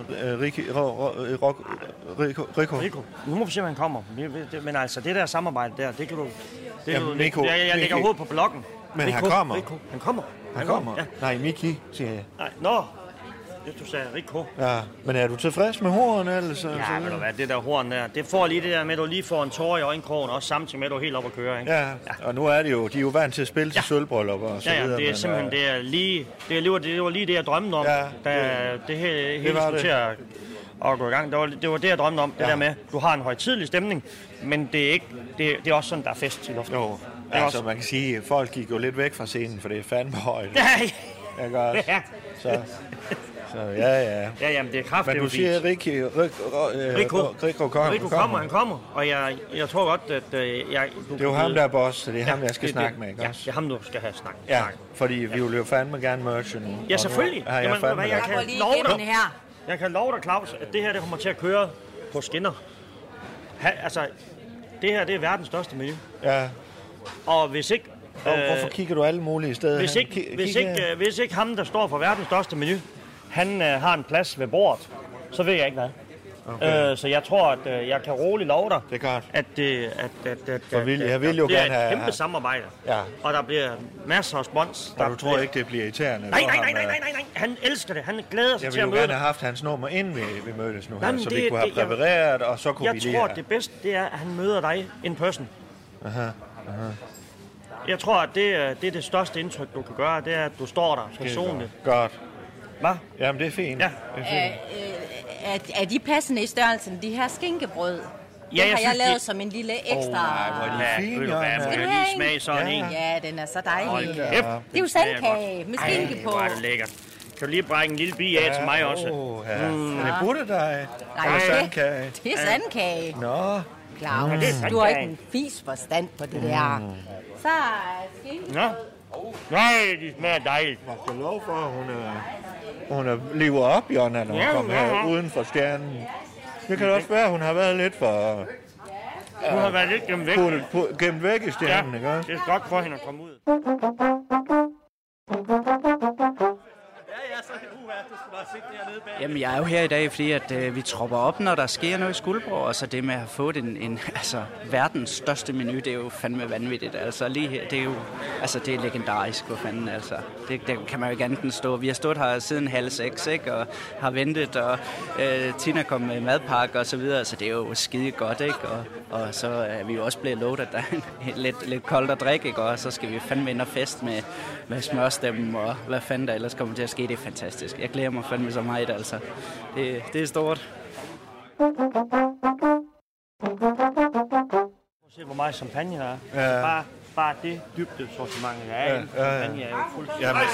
Speaker 2: Rico?
Speaker 8: Nu må vi se, om han kommer. Men altså, det der samarbejde der, det kan du... Jeg lægger hovedet på bloggen.
Speaker 2: Men han kommer.
Speaker 8: Han kommer?
Speaker 2: Ja. Nej, Mickey, siger jeg.
Speaker 8: Nej, hvis du sagde Rico.
Speaker 2: Ja, men er du tilfreds med horn, eller så?
Speaker 8: Ja, ved du hvad, det der horn der, det får lige det der med, at du lige får en tår i øjenkrogen, også samtidig med, at du er helt op at køre, ikke?
Speaker 2: Ja, og nu er de er jo vant til at spille til sølvbryllupper og så videre.
Speaker 8: Ja, det er simpelthen, det var lige det, jeg drømte om, da det hele skulle til at gå i gang. Det var det, jeg drømte om, det der med, du har en højtidelig stemning, men det er ikke, det er også sådan, der er fest i luften.
Speaker 2: Jo, altså man kan sige, at folk gik jo lidt væk fra scenen, for det er fandme højt.
Speaker 8: Ja,
Speaker 2: ikke også? Ja. Så ja.
Speaker 8: Ja, jamen det er kraftigt.
Speaker 2: Men du siger, Rico
Speaker 8: kommer, han kommer. Og jeg tror godt, at
Speaker 2: det er jo ham, der er boss, så det er ham, jeg skal snakke med, ikke også?
Speaker 8: Ja, det er ham, du skal have snakket.
Speaker 2: Ja, fordi vi vil jo fandme gerne merge nu.
Speaker 8: Ja, selvfølgelig. Jeg kan love dig, Claus, at det her, det kommer til at køre på skinner. Altså, det her, det er verdens største menu.
Speaker 2: Ja.
Speaker 8: Og hvis ikke...
Speaker 2: hvorfor kigger du alle mulige steder?
Speaker 8: Hvis ikke ham, der står for verdens største menu, han har en plads ved bordet, så ved jeg ikke hvad. Okay. Så jeg tror, at jeg kan roligt love dig,
Speaker 2: det er godt.
Speaker 8: At
Speaker 2: jeg vil jo gerne have
Speaker 8: et kæmpe samarbejde.
Speaker 2: Ja.
Speaker 8: Og der bliver masser af spons.
Speaker 2: Og du tror ikke, det bliver irriterende?
Speaker 8: Nej. Han elsker det. Han glæder sig til at møde.
Speaker 2: Jeg ville jo gerne have haft hans nummer, inden vi mødtes nu her, så vi kunne have præpareret, og så kunne vi lige...
Speaker 8: Jeg tror, at det bedste, det er, at han møder dig in person.
Speaker 2: Aha.
Speaker 8: Jeg tror, at det er det største indtryk, du kan gøre, det er, at du står der personligt.
Speaker 2: Godt.
Speaker 8: Hvad?
Speaker 2: Jamen, det er fint.
Speaker 8: Ja.
Speaker 7: Er de passende i størrelsen, de her skinkebrød?
Speaker 8: Ja,
Speaker 7: har jeg lavet som en lille ekstra...
Speaker 2: hvor er de fine,
Speaker 8: Må jeg lige smage sådan en?
Speaker 7: Ja, den er så dejlig.
Speaker 8: Det
Speaker 7: er jo sandkage med skinke på.
Speaker 8: Hvor er det lækkert. Kan du lige brække en lille bid af til mig også?
Speaker 2: Er det buttedej?
Speaker 7: Nej, sandkage. Det er sandkage.
Speaker 2: Nå.
Speaker 7: Claus, du har ikke en fis forstand på det der. Så skinkebrød.
Speaker 8: Nej, de smager dejligt.
Speaker 2: Jeg skal love for, at hun lever op, Jonna, når hun kommer her uden for stjernen. Det kan også være, at hun har været lidt for...
Speaker 8: Hun har været lidt gemt væk.
Speaker 2: Gemt væk i stjernen, ikke?
Speaker 8: Det er godt for hende at komme ud.
Speaker 9: Jamen, jeg er jo her i dag, fordi at vi tropper op, når der sker noget i Skuldborg, og så det med at have fået verdens største menu, det er jo fandme vanvittigt. Altså lige her, det er jo, det er legendarisk, hvor fanden, altså. Det kan man jo ikke andet stå. Vi har stået her siden 5:30, ikke, og har ventet, og Tina kom med madpakke og så videre, så det er jo skide godt, ikke, og så er vi jo også blevet lovet, at der er lidt koldt at drikke, ikke, og så skal vi fandme ind og fest med smørstemmen, og hvad fanden der ellers kommer til at ske. Det er fantastisk. Jeg glæder mig fandme så meget, altså. Det er stort.
Speaker 8: hvor meget champagne der er.
Speaker 2: Ja.
Speaker 8: Bare det dybde sortiment, der er inden for champagne, er jo fuldstændig...
Speaker 5: Jamen,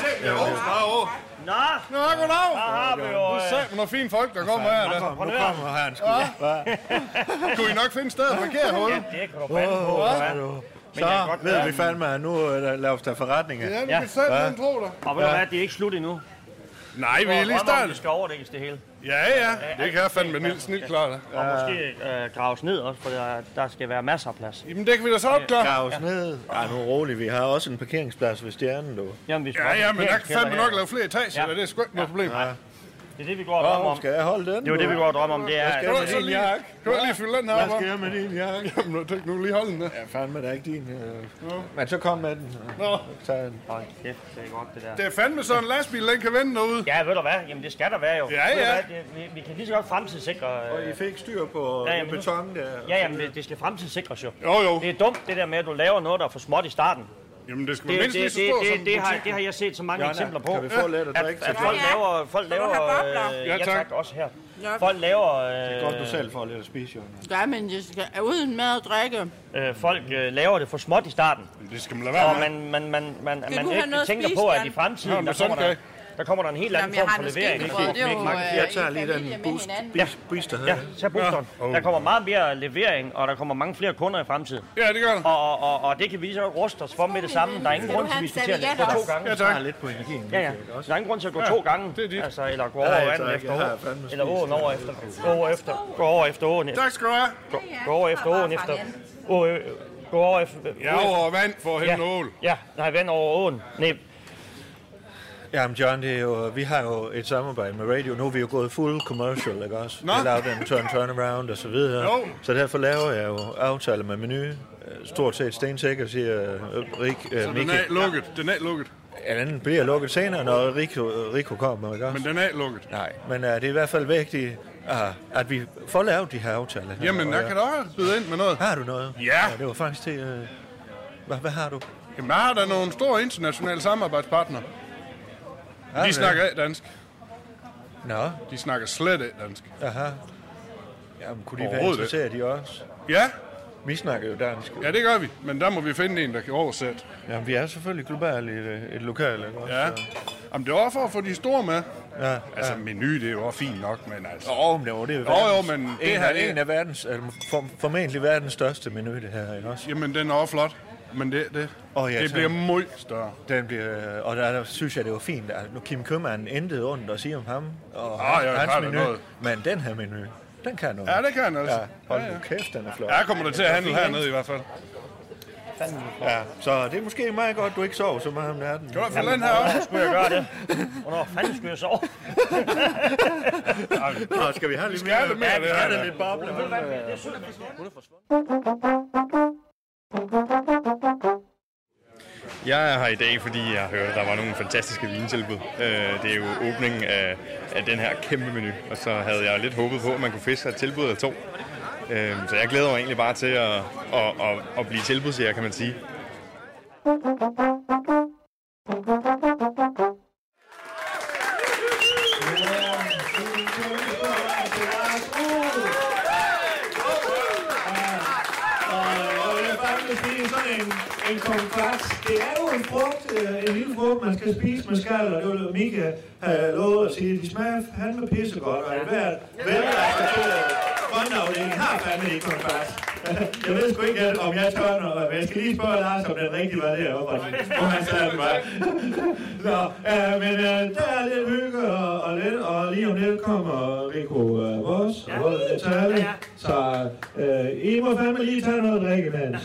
Speaker 8: Nå,
Speaker 5: goddag!
Speaker 8: der har vi jo...
Speaker 5: Du sagde nogle fine folk, der kommer her.
Speaker 2: Nu kommer han sgu.
Speaker 5: Kunne I nok finde sted at parkere hul?
Speaker 8: Ja, det kan du fandme på.
Speaker 2: Så ved vi fandme, at nu laves der forretninger.
Speaker 5: Ja, du kan selv tro dig.
Speaker 8: Og ved du hvad, det er ikke slut endnu.
Speaker 5: Nej, vi er lige startet.
Speaker 8: Det skal overdækkes det hele.
Speaker 5: Ja. Det kan jeg fandme med snit klart.
Speaker 8: Og måske graves ned også, for der skal være masser af plads.
Speaker 5: Jamen, det kan vi da så opklare.
Speaker 2: Graves ned. Ja, nu roligt. Vi har også en parkeringsplads ved Stjernen, du.
Speaker 8: Jamen, vi skal
Speaker 5: Men der kan fandme nok lave flere etager, det er sgu ikke noget problem.
Speaker 8: Det er det, vi går og drømmer om.
Speaker 2: Skal jeg holde den?
Speaker 8: Det er det, vi går og drømmer om. Det er...
Speaker 2: Kan du
Speaker 5: lige fylde den her op?
Speaker 2: Hvad skal jeg med din jakke?
Speaker 5: Jamen, nu lige holde den der.
Speaker 2: Ja, fandme, det er ikke din. Men så kom med den. Tag den.
Speaker 8: Hold kæft, det er godt, det der.
Speaker 5: Det er fandme sådan en lastbil, den kan vende derude.
Speaker 8: Ja, ved du hvad? Jamen, det skal der være jo.
Speaker 5: Ja.
Speaker 8: Vi kan lige så godt fremtidssikre...
Speaker 2: Og I fik styr på beton der.
Speaker 8: Ja, jamen, det skal fremtidssikres jo.
Speaker 5: Jo.
Speaker 8: Det er dumt, det der med, at du laver noget, der er for småt i starten.
Speaker 5: Jamen, det skal mindst lige så stort som
Speaker 8: det har jeg set så mange eksempler på.
Speaker 2: Kan vi få lidt at drikke til?
Speaker 8: Folk laver ja, tak, også her. Folk laver...
Speaker 2: Det er godt, du selv får lidt at spise, jo.
Speaker 7: Ja, men det skal uden mad og drikke.
Speaker 8: Folk laver det for småt i starten.
Speaker 5: Det skal man lade være
Speaker 8: med. Og man ikke tænker på, at i fremtiden, der kommer der en helt anden form for levering.
Speaker 2: Jeg tager lige den booster her.
Speaker 8: Ja, tag boosteren. Der kommer meget mere levering, og der kommer mange flere kunder i fremtiden.
Speaker 5: Ja, det gør der.
Speaker 8: Og det kan vi så ruste os for med det samme. Der er ingen grund til, at vi skal til at gå 2 gange.
Speaker 2: Jeg tager lidt på energien.
Speaker 8: Ja. Der er ingen grund til at gå 2 gange. Altså, eller gå over vandet efter åen. Eller åen over efter åen.
Speaker 5: Tak skal du have.
Speaker 8: Gå over efter åen efter... Gå over efter...
Speaker 5: Ja, over vand for at hente ål.
Speaker 8: Ja, nej, vand over åen. Nej.
Speaker 2: Jamen John, det er jo, vi har jo et samarbejde med radio. Nu er vi jo gået full commercial, ikke også? Vi har lavet en turnaround og så videre.
Speaker 5: Jo.
Speaker 2: Så derfor laver jeg jo aftaler med Menu. Stort set stensikker, siger Rik.
Speaker 5: Så den er lukket? Den er lukket?
Speaker 2: Ja, den bliver lukket senere, når Rico kommer, ikke også?
Speaker 5: Men den er lukket?
Speaker 2: Nej, men det er i hvert fald vigtigt, at vi får lavet de her aftaler.
Speaker 5: Jamen, jeg kan da også byde ind med noget.
Speaker 2: Har du noget?
Speaker 5: Ja.
Speaker 2: Det var faktisk til... Hvad har du?
Speaker 5: Jamen, jeg har da nogle store internationale samarbejdspartnere. De snakker ikke dansk.
Speaker 2: Nå.
Speaker 5: De snakker slet ikke dansk.
Speaker 2: Aha. Jamen, kunne de være interesseret i os?
Speaker 5: Ja.
Speaker 2: Vi snakker jo dansk.
Speaker 5: Ja, det gør vi. Men der må vi finde en, der kan oversætte.
Speaker 2: Jamen, vi er selvfølgelig globale i et lokale, ikke også?
Speaker 5: Ja. Jamen, det er også for at få de store med.
Speaker 2: Ja.
Speaker 5: Altså, Menu, det er jo også fint nok, men altså...
Speaker 2: det er
Speaker 5: jo, men det her...
Speaker 2: En af verdens, formentlig verdens største menu, det her, ikke også?
Speaker 5: Jamen, den er også flot. Men det bliver meget større.
Speaker 2: Den bliver, og der synes jeg, det var fint. Altså, nu Kim Købmann intet ondt at sige om ham og hans menu. Noget. Men den her menu, den kan noget.
Speaker 5: Ja, det kan altså.
Speaker 2: Ja, hold nu kæft, den er flot.
Speaker 5: Jeg kommer da til at handle hernede i hvert fald.
Speaker 2: Ja, så det er måske meget godt, du ikke sover så meget om natten.
Speaker 5: Kan du få den her op?
Speaker 8: Hvornår skulle jeg gøre det? Hvornår fanden skulle jeg sove?
Speaker 2: Nå, skal vi have lidt mere?
Speaker 5: Ja, vi
Speaker 2: skal have lidt boble.
Speaker 10: Jeg er her i dag, fordi jeg hørte, at der var nogle fantastiske vintilbud. Det er jo åbningen af den her kæmpe menu, og så havde jeg lidt håbet på, at man kunne fiske et tilbud eller 2. Så jeg glæder mig egentlig bare til at blive tilbudsjæger, kan man sige.
Speaker 11: En konfaks. Det er jo en frugt, en lille frugt, man skal spise med skal, og det vil Mika have lovet at sige, de smager fandme pissegodt, og hvert velrejsteret grønafdeling har fandme ikke konfaks. Jeg ved sgu ikke, om jeg tør noget, men jeg skal lige spørge Lars, om den rigtige var deroppe, hvor han sagde, det var. Nå, men der er lidt hygge og lige om lidt kommer Rico Voss og Natalie, så I må fandme lige tage noget at drikke imens.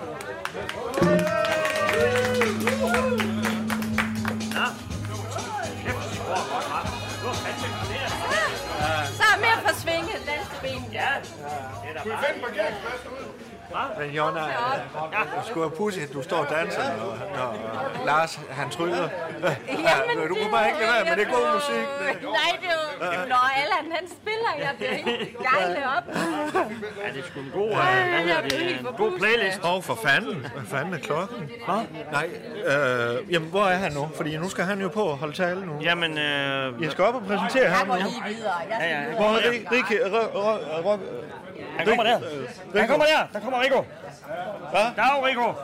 Speaker 7: Så er mere på svinge, danske ben.
Speaker 8: Ja.
Speaker 5: Kunne I finde parkeringsplads derude?
Speaker 2: Men Jonna, det skulle være pudsigt, at du står og danser, når Lars, han tryller. Du kunne bare ikke lade være, men det er god musik.
Speaker 7: Nej, det er jo... Når Allan, han spiller, jeg bliver helt gejle op.
Speaker 8: Ja, det er sgu en god playlist.
Speaker 2: For fanden. Hvad fanden er klokken? Nej, jamen, hvor er han nu? Fordi nu skal han jo på at holde tale nu.
Speaker 8: Jamen,
Speaker 2: jeg skal op og præsentere ham nu.
Speaker 7: Jeg går lige videre.
Speaker 2: Hvor er Rikke?
Speaker 8: Han kommer der. Han kommer der. Der kommer Rico. Hvad? Dag, Rico.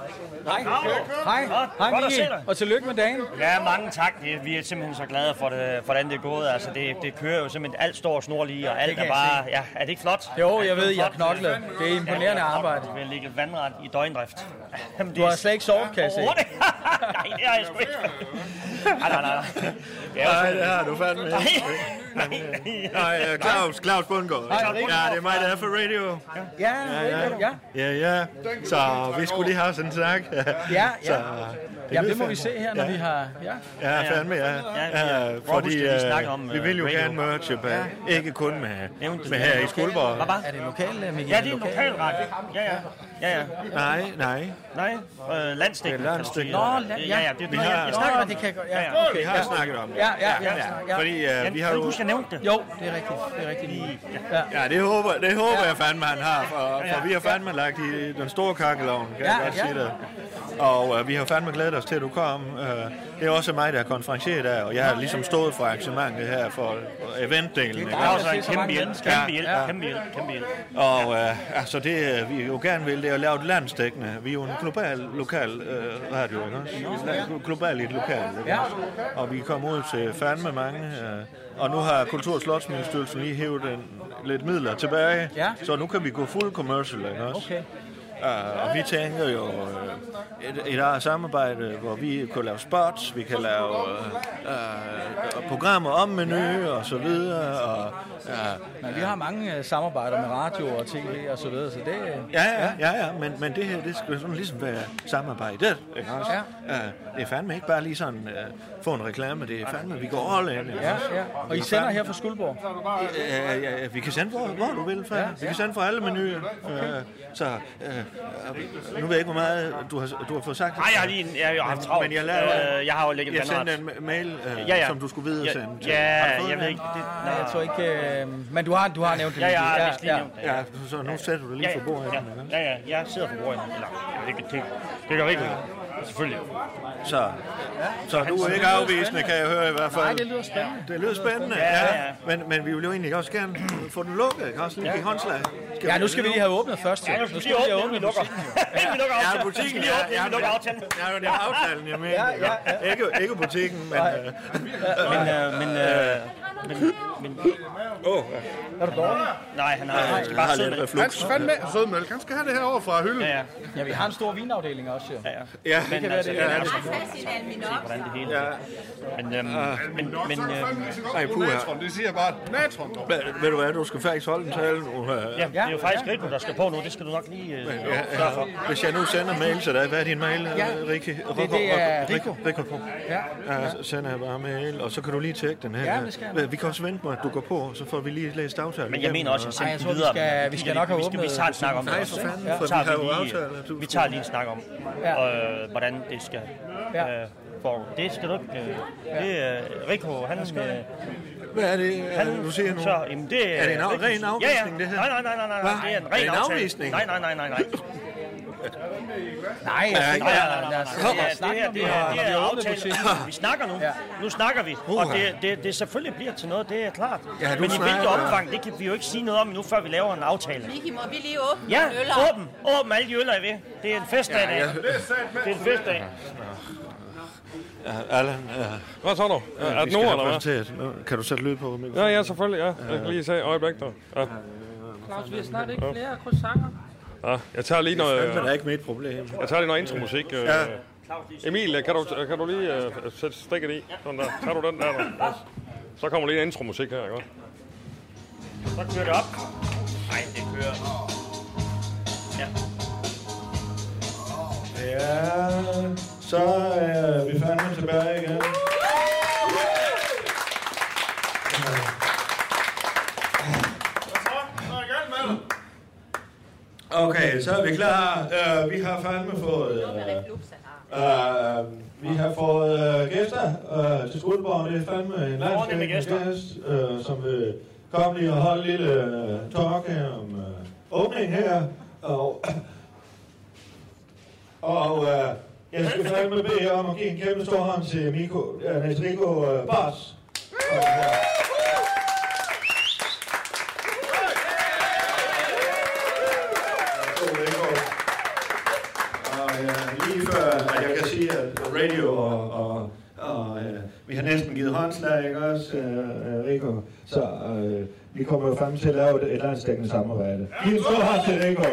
Speaker 12: Hej, Miki. Og tillykke med dagen.
Speaker 8: Ja, mange tak. Vi er simpelthen så glade for, hvordan det er gået. Altså, det kører jo simpelthen alt står snor lige, og alt er bare... Ja, er det ikke flot?
Speaker 12: Jo, jeg ved, jeg knokler. Det er imponerende arbejde.
Speaker 8: Vi har ligget vandret i døgndrift.
Speaker 12: Du har slet ikke sovet, kan jeg se.
Speaker 8: Nej, det har jeg sgu ikke. Nej.
Speaker 2: Nej, det har du fandme ikke. Nej, Claus Bundgaard. Ja, det er mig, der er for radio. Ja. Så vi skulle lige have sådan en snak.
Speaker 12: Ja, det må vi se her, når vi har...
Speaker 2: Ja, fandme, ja. Fordi vi vil jo gerne merge, ikke kun med her i Skuldborg.
Speaker 12: Er det lokal, Mikkel?
Speaker 8: Ja, det er en lokal radio. Ja. Nej, landsdækkende.
Speaker 12: Nå, ja.
Speaker 8: Jeg snakker om det.
Speaker 2: Vi har snakket om det.
Speaker 12: Ja.
Speaker 2: Fordi vi har jo...
Speaker 8: Du skal nævne det.
Speaker 12: Jo, det er rigtigt.
Speaker 2: Ja, det håber jeg fandme, han har, for vi har fandme lagt i den store kakkelovn, kan jeg godt sige det. Og vi har fandme glædet os til, at du kom. Det er også mig, der er konferencieret af, og jeg har ligesom stået for arrangementet her for eventdelen.
Speaker 8: Det er også en kæmpe hjælp.
Speaker 2: Og altså det, vi jo gerne vil, det er at lave et landsdækkende. Vi er jo en lokal radio, ikke også? Global i et lokal, ikke også? Og vi kommer ud til fandme mange. Og nu har Kultur- og Slotsministeriet lige hævet lidt midler tilbage, så nu kan vi gå fuld commercial, ikke også? Okay. Og vi tænker jo et samarbejde, hvor vi kan lave spots, vi kan lave programmer om menu og så videre.
Speaker 12: Men vi har mange samarbejder med radio og tv og så videre, så det...
Speaker 2: Ja, men det her, det skal sådan ligesom være samarbejdet, ikke også? Det er fandme ikke bare lige sådan få en reklame, det er fandme, vi går all in.
Speaker 12: Ja. Og I sender her fra Skuldborg?
Speaker 2: Vi kan sende hvor du vil, vi kan sende fra alle menuer. Så nu ved jeg ikke, hvor meget du har fået sagt.
Speaker 8: Nej, jeg har haft travlt. Men jeg har jo lægget
Speaker 2: jeg sendte en mail, som du skulle videre sende.
Speaker 8: Jeg ved ikke.
Speaker 12: Nej, jeg tror ikke... Men du har nævnt det.
Speaker 8: Ja,
Speaker 2: så nu sætter du det lige for bordet.
Speaker 8: Ja, jeg sidder for bordet. Det gør ikke. Selvfølgelig.
Speaker 2: Så du er ikke afvisende, kan jeg høre i hvert fald.
Speaker 12: Nej, det lyder spændende.
Speaker 2: Det lyder spændende, ja. Men vi vil jo egentlig også gerne få den lukket, ikke? Også lige håndslag.
Speaker 12: Ja, nu skal vi lige have åbnet først.
Speaker 8: Ja, nu skal vi lige åbne, vi lukker. Vi lukker aftalen.
Speaker 2: Ja, butikken.
Speaker 8: Vi lukker aftalen.
Speaker 2: Ja, det er aftalen, jeg mener. Ikke butikken, men...
Speaker 12: Er du dårlig?
Speaker 8: Nej, han skal bare sødmælk.
Speaker 5: Han skal fandme sødmælk. Han skal have det her over fra hylden.
Speaker 12: Ja, vi har en stor vinafdeling også, jo.
Speaker 2: Ja.
Speaker 8: Det kan være det. Hvordan det hele er. Men...
Speaker 5: Ej, natron, det siger bare natron.
Speaker 2: Ved du hvad, du skal faktisk holde en tale nu.
Speaker 8: Ja, det er jo faktisk Rico, der skal på nu. Det skal du nok lige sørge for.
Speaker 2: Hvis jeg nu sender mail til dig, hvad er din mail, Rikke?
Speaker 12: Det er Rico.
Speaker 2: Rico. Ja, så sender jeg bare mail, og så kan du lige tjekke den her.
Speaker 12: Ja, det skal jeg.
Speaker 2: Vi kan også vente på, at du går på, så får vi lige læst aftalen.
Speaker 8: Men jeg mener også, at jeg sender videre.
Speaker 12: Vi skal nok have åbnet.
Speaker 8: Vi tager en snak om det.
Speaker 2: Nej, for fanden,
Speaker 8: vi tager lige en snak om, hvordan det skal foregå. Det skal du ikke... Det er Rico, han skal...
Speaker 2: Hvad er det, du siger nu?
Speaker 8: Så, jamen, det
Speaker 2: er det en ren afvisning, det her?
Speaker 8: Nej. Det er en ren
Speaker 2: afvisning?
Speaker 8: Nej.
Speaker 12: Nej,
Speaker 8: det er aftalen. Vi snakker nu. Nu snakker vi. Og det selvfølgelig bliver til noget, det er klart. Men i hvilket omfang, det kan vi jo ikke sige noget om nu, før vi laver en aftale.
Speaker 7: Miki, må vi lige åbne
Speaker 8: øller? Ja, åbn alle de øller, I ved. Det er en festdag. Det er en festdag.
Speaker 2: Allan,
Speaker 5: hvad så du? Er det nu, eller
Speaker 2: hvad? Kan du sætte lyd på?
Speaker 5: Ja, selvfølgelig, ja. Jeg kan lige se øjeblik der. Ja.
Speaker 12: Claus, vi har snart ikke flere croissanter.
Speaker 5: Ja, jeg tager lige noget...
Speaker 2: Det er ikke mit problem.
Speaker 5: Jeg tager lige noget intromusik. Emil, kan du lige sætte stikket i? Sådan der. Tager du den der? Så kommer lige en intromusik her, ikke?
Speaker 8: Så kører det op. Nej, det kører.
Speaker 2: Ja, så er vi fandme tilbage igen. Okay, så er vi klar. Vi har fandme fået... vi har fået gæster til Skuldborg. Det er fandme en landsdækkende gæst, som vil komme lige og holde en lille talk her om åbningen her. Og jeg skal fandme bede jer om at give en kæmpe stor hånd til Rico Boss.
Speaker 11: givet håndslag, ikke også, Rico? Så vi kommer jo frem til at lave et landsdækkende samarbejde. Giv en stor hånd til Rico.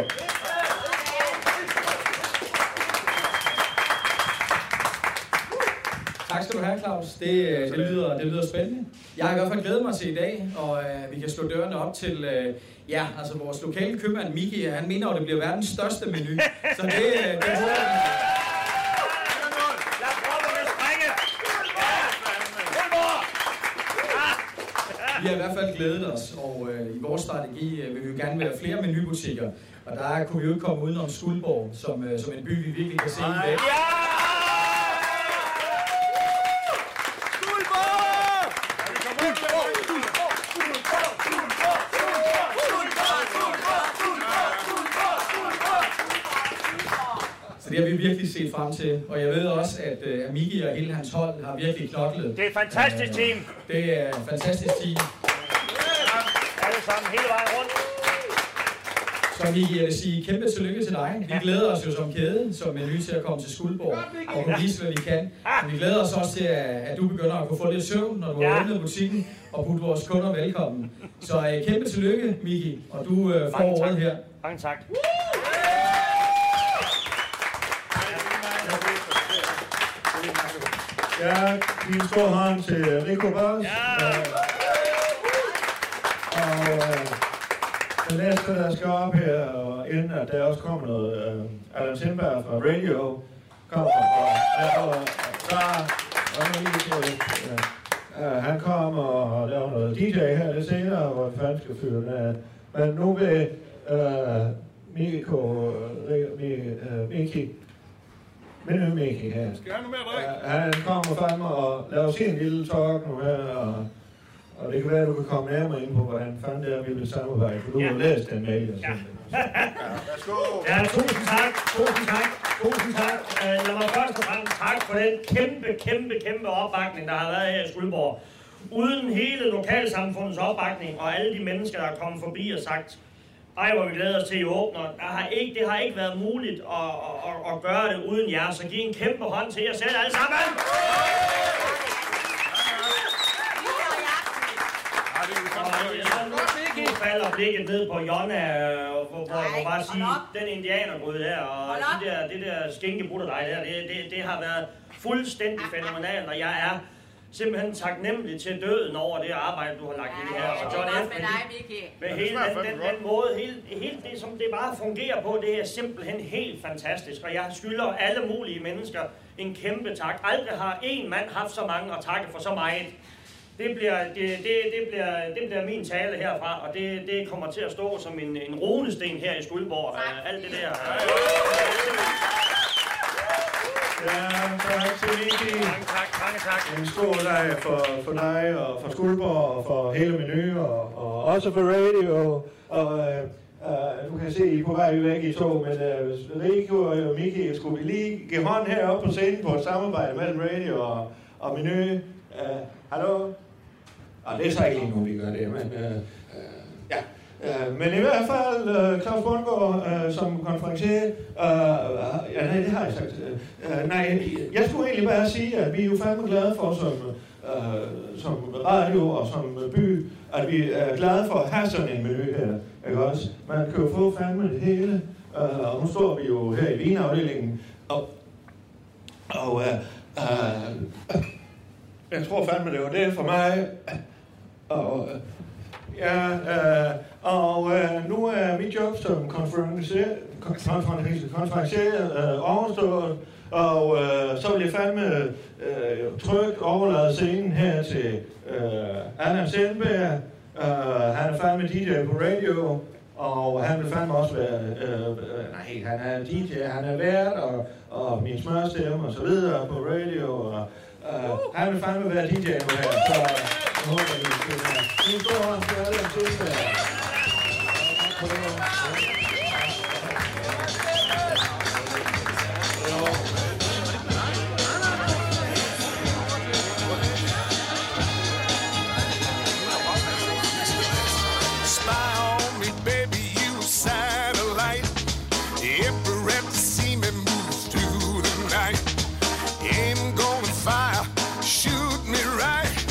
Speaker 12: Tak skal du have, Claus. Det lyder spændende. Jeg har i hvert fald glædet mig til i dag, og vi kan slå dørene op til altså vores lokale købmand Miki. Han mener, at det bliver verdens største menu. Så det håber jeg. Vi har i hvert fald glædet os, og i vores strategi vil vi jo gerne være flere menubutikker. Og der kunne vi jo ikke komme udenom Skuldborg, som en by, vi virkelig kan se i dag. Så det har vi virkelig set frem til, og jeg ved også, at Miki og hele hans hold har virkelig knoklet.
Speaker 8: Det er et fantastisk team.
Speaker 12: Det er et fantastisk team.
Speaker 8: Alle sammen hele vejen rundt.
Speaker 12: Så Miki, jeg vil sige kæmpe tillykke til dig. Vi glæder os jo som kæde, som menu til at komme til Skuldborg og kunne vise, hvad vi kan. Men vi glæder os også til, at du begynder at kunne få lidt søvn, når du har åbnet butikken og budt vores kunder velkommen. Så kæmpe tillykke, Miki, og du får ordet her.
Speaker 8: Mange tak.
Speaker 11: Ja, vi en stor hånd til Rico Boss. Og det næste, der skal op her, og inden at der også kommer noget, Allan Sindberg fra Radio, kommer fra han kommer og laver noget DJ her lidt senere, hvor fanden skal fyre den af. Men nu vil Miki her. Han kommer frem og laver sin lille talk nu her, og det kan være, at du kan komme nærmere ind på, hvordan fanden det er, vi vil samarbejde, for du har læst den mail.
Speaker 8: Ja, tusind tak. Lad mig først og fremmest tak for den kæmpe opbakning, der har været her i Skuldborg. Uden hele lokalsamfundets opbakning og alle de mennesker, der er kommet forbi og sagt, hvor vi glæder os til, at I åbner. Det har ikke været muligt at gøre det uden jer, så giv en kæmpe hånd til jer selv alle sammen! Nu falder blikket ned på Jonna, hvor jeg bare sige, den indianergryde der, og det der skinkebutterdej der, det har været fuldstændig fænomenalt, og jeg er simpelthen taknemmelig til døden over det arbejde, du har lagt i det her. Og John F. med hele den måde, helt det, som det bare fungerer på, det er simpelthen helt fantastisk. Og jeg skylder alle mulige mennesker en kæmpe tak. Aldrig har en mand haft så mange at takke for så meget. Det bliver min tale herfra, og det kommer til at stå som en runesten her i Skuldborg. Alt det der.
Speaker 11: Ja, tak til Miki.
Speaker 8: Mange tak.
Speaker 11: En stor leg for dig og for Skuldborg og for hele menu og også for Radio. Og du kan se, I er på vej væk i tog, men Rico og Miki, skulle vi lige give hånd heroppe på scenen på et samarbejde mellem Radio og menu. Hallo? Det er så ikke lige nu, vi gør det, men ja. Men i hvert fald, Claus Bundgaard som konferencier, nej, det har jeg sagt. Jeg skulle egentlig bare sige, at vi er jo fandme glade for som radio og som by, at vi er glade for at have sådan en menu her, ikke også? Man kan jo få fandme det hele, og nu står vi jo her i vinafdelingen, og jeg tror fandme, det var det for mig, og nu er mit job som konferencier overstået, og så vil jeg fandme trygt overlade scenen her til Allan Sindberg. Han er fandme DJ på radio, og han vil fandme også være, han er DJ, han er vært, og min smørstemme og så videre på radio, og han vil fandme være DJ nu her, så jeg håber, at vi skal være. Nu står han til Allan Sindberg.
Speaker 13: Shoot me right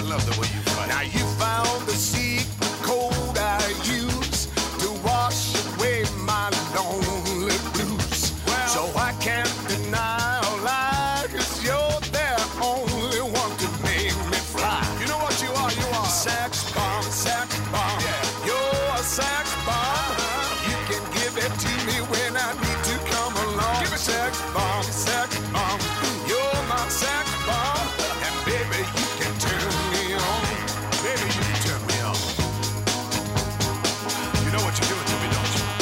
Speaker 13: love the way you fight. Now you found the secret code I use to wash away my lonely blues. Well, so I can't deny or lie, 'cause you're the only one to make me fly. You know what you are? You are sex bomb, sex bomb. Yeah. You're a sex bomb. You can give it to me when I need to come along. Give it sex bomb, sex bomb. You're my sex bomb. And baby, you can turn me on. Baby, you can turn me on. You know what you're doing to me, don't you?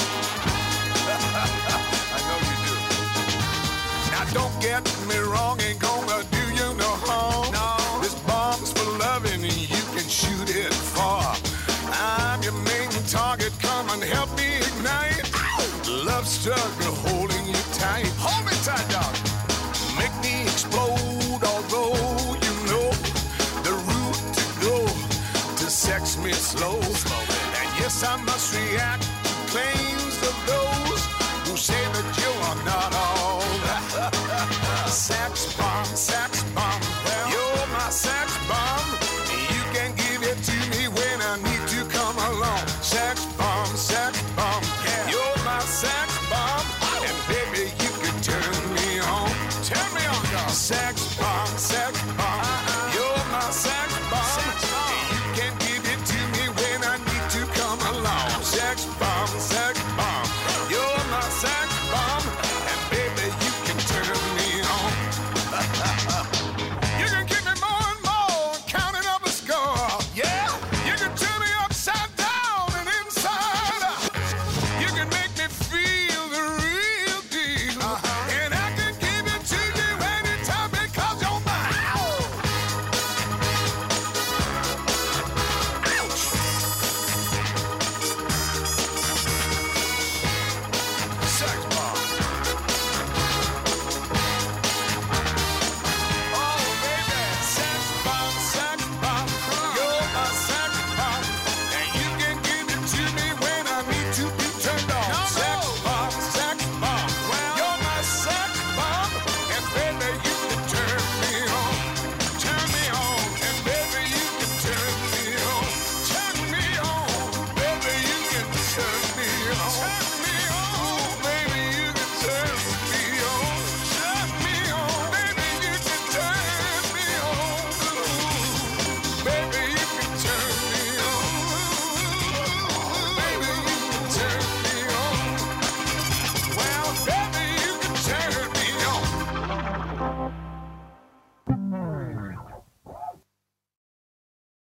Speaker 13: I know you do. Now don't get me wrong, ain't gonna do you no harm. No. This bomb's for loving and you can shoot it far. I'm your main target, come and help me ignite. Love struggle holding you tight. Hold me tight, dog. Make me explode, although you know the route to go to sex me slow. And yes, I must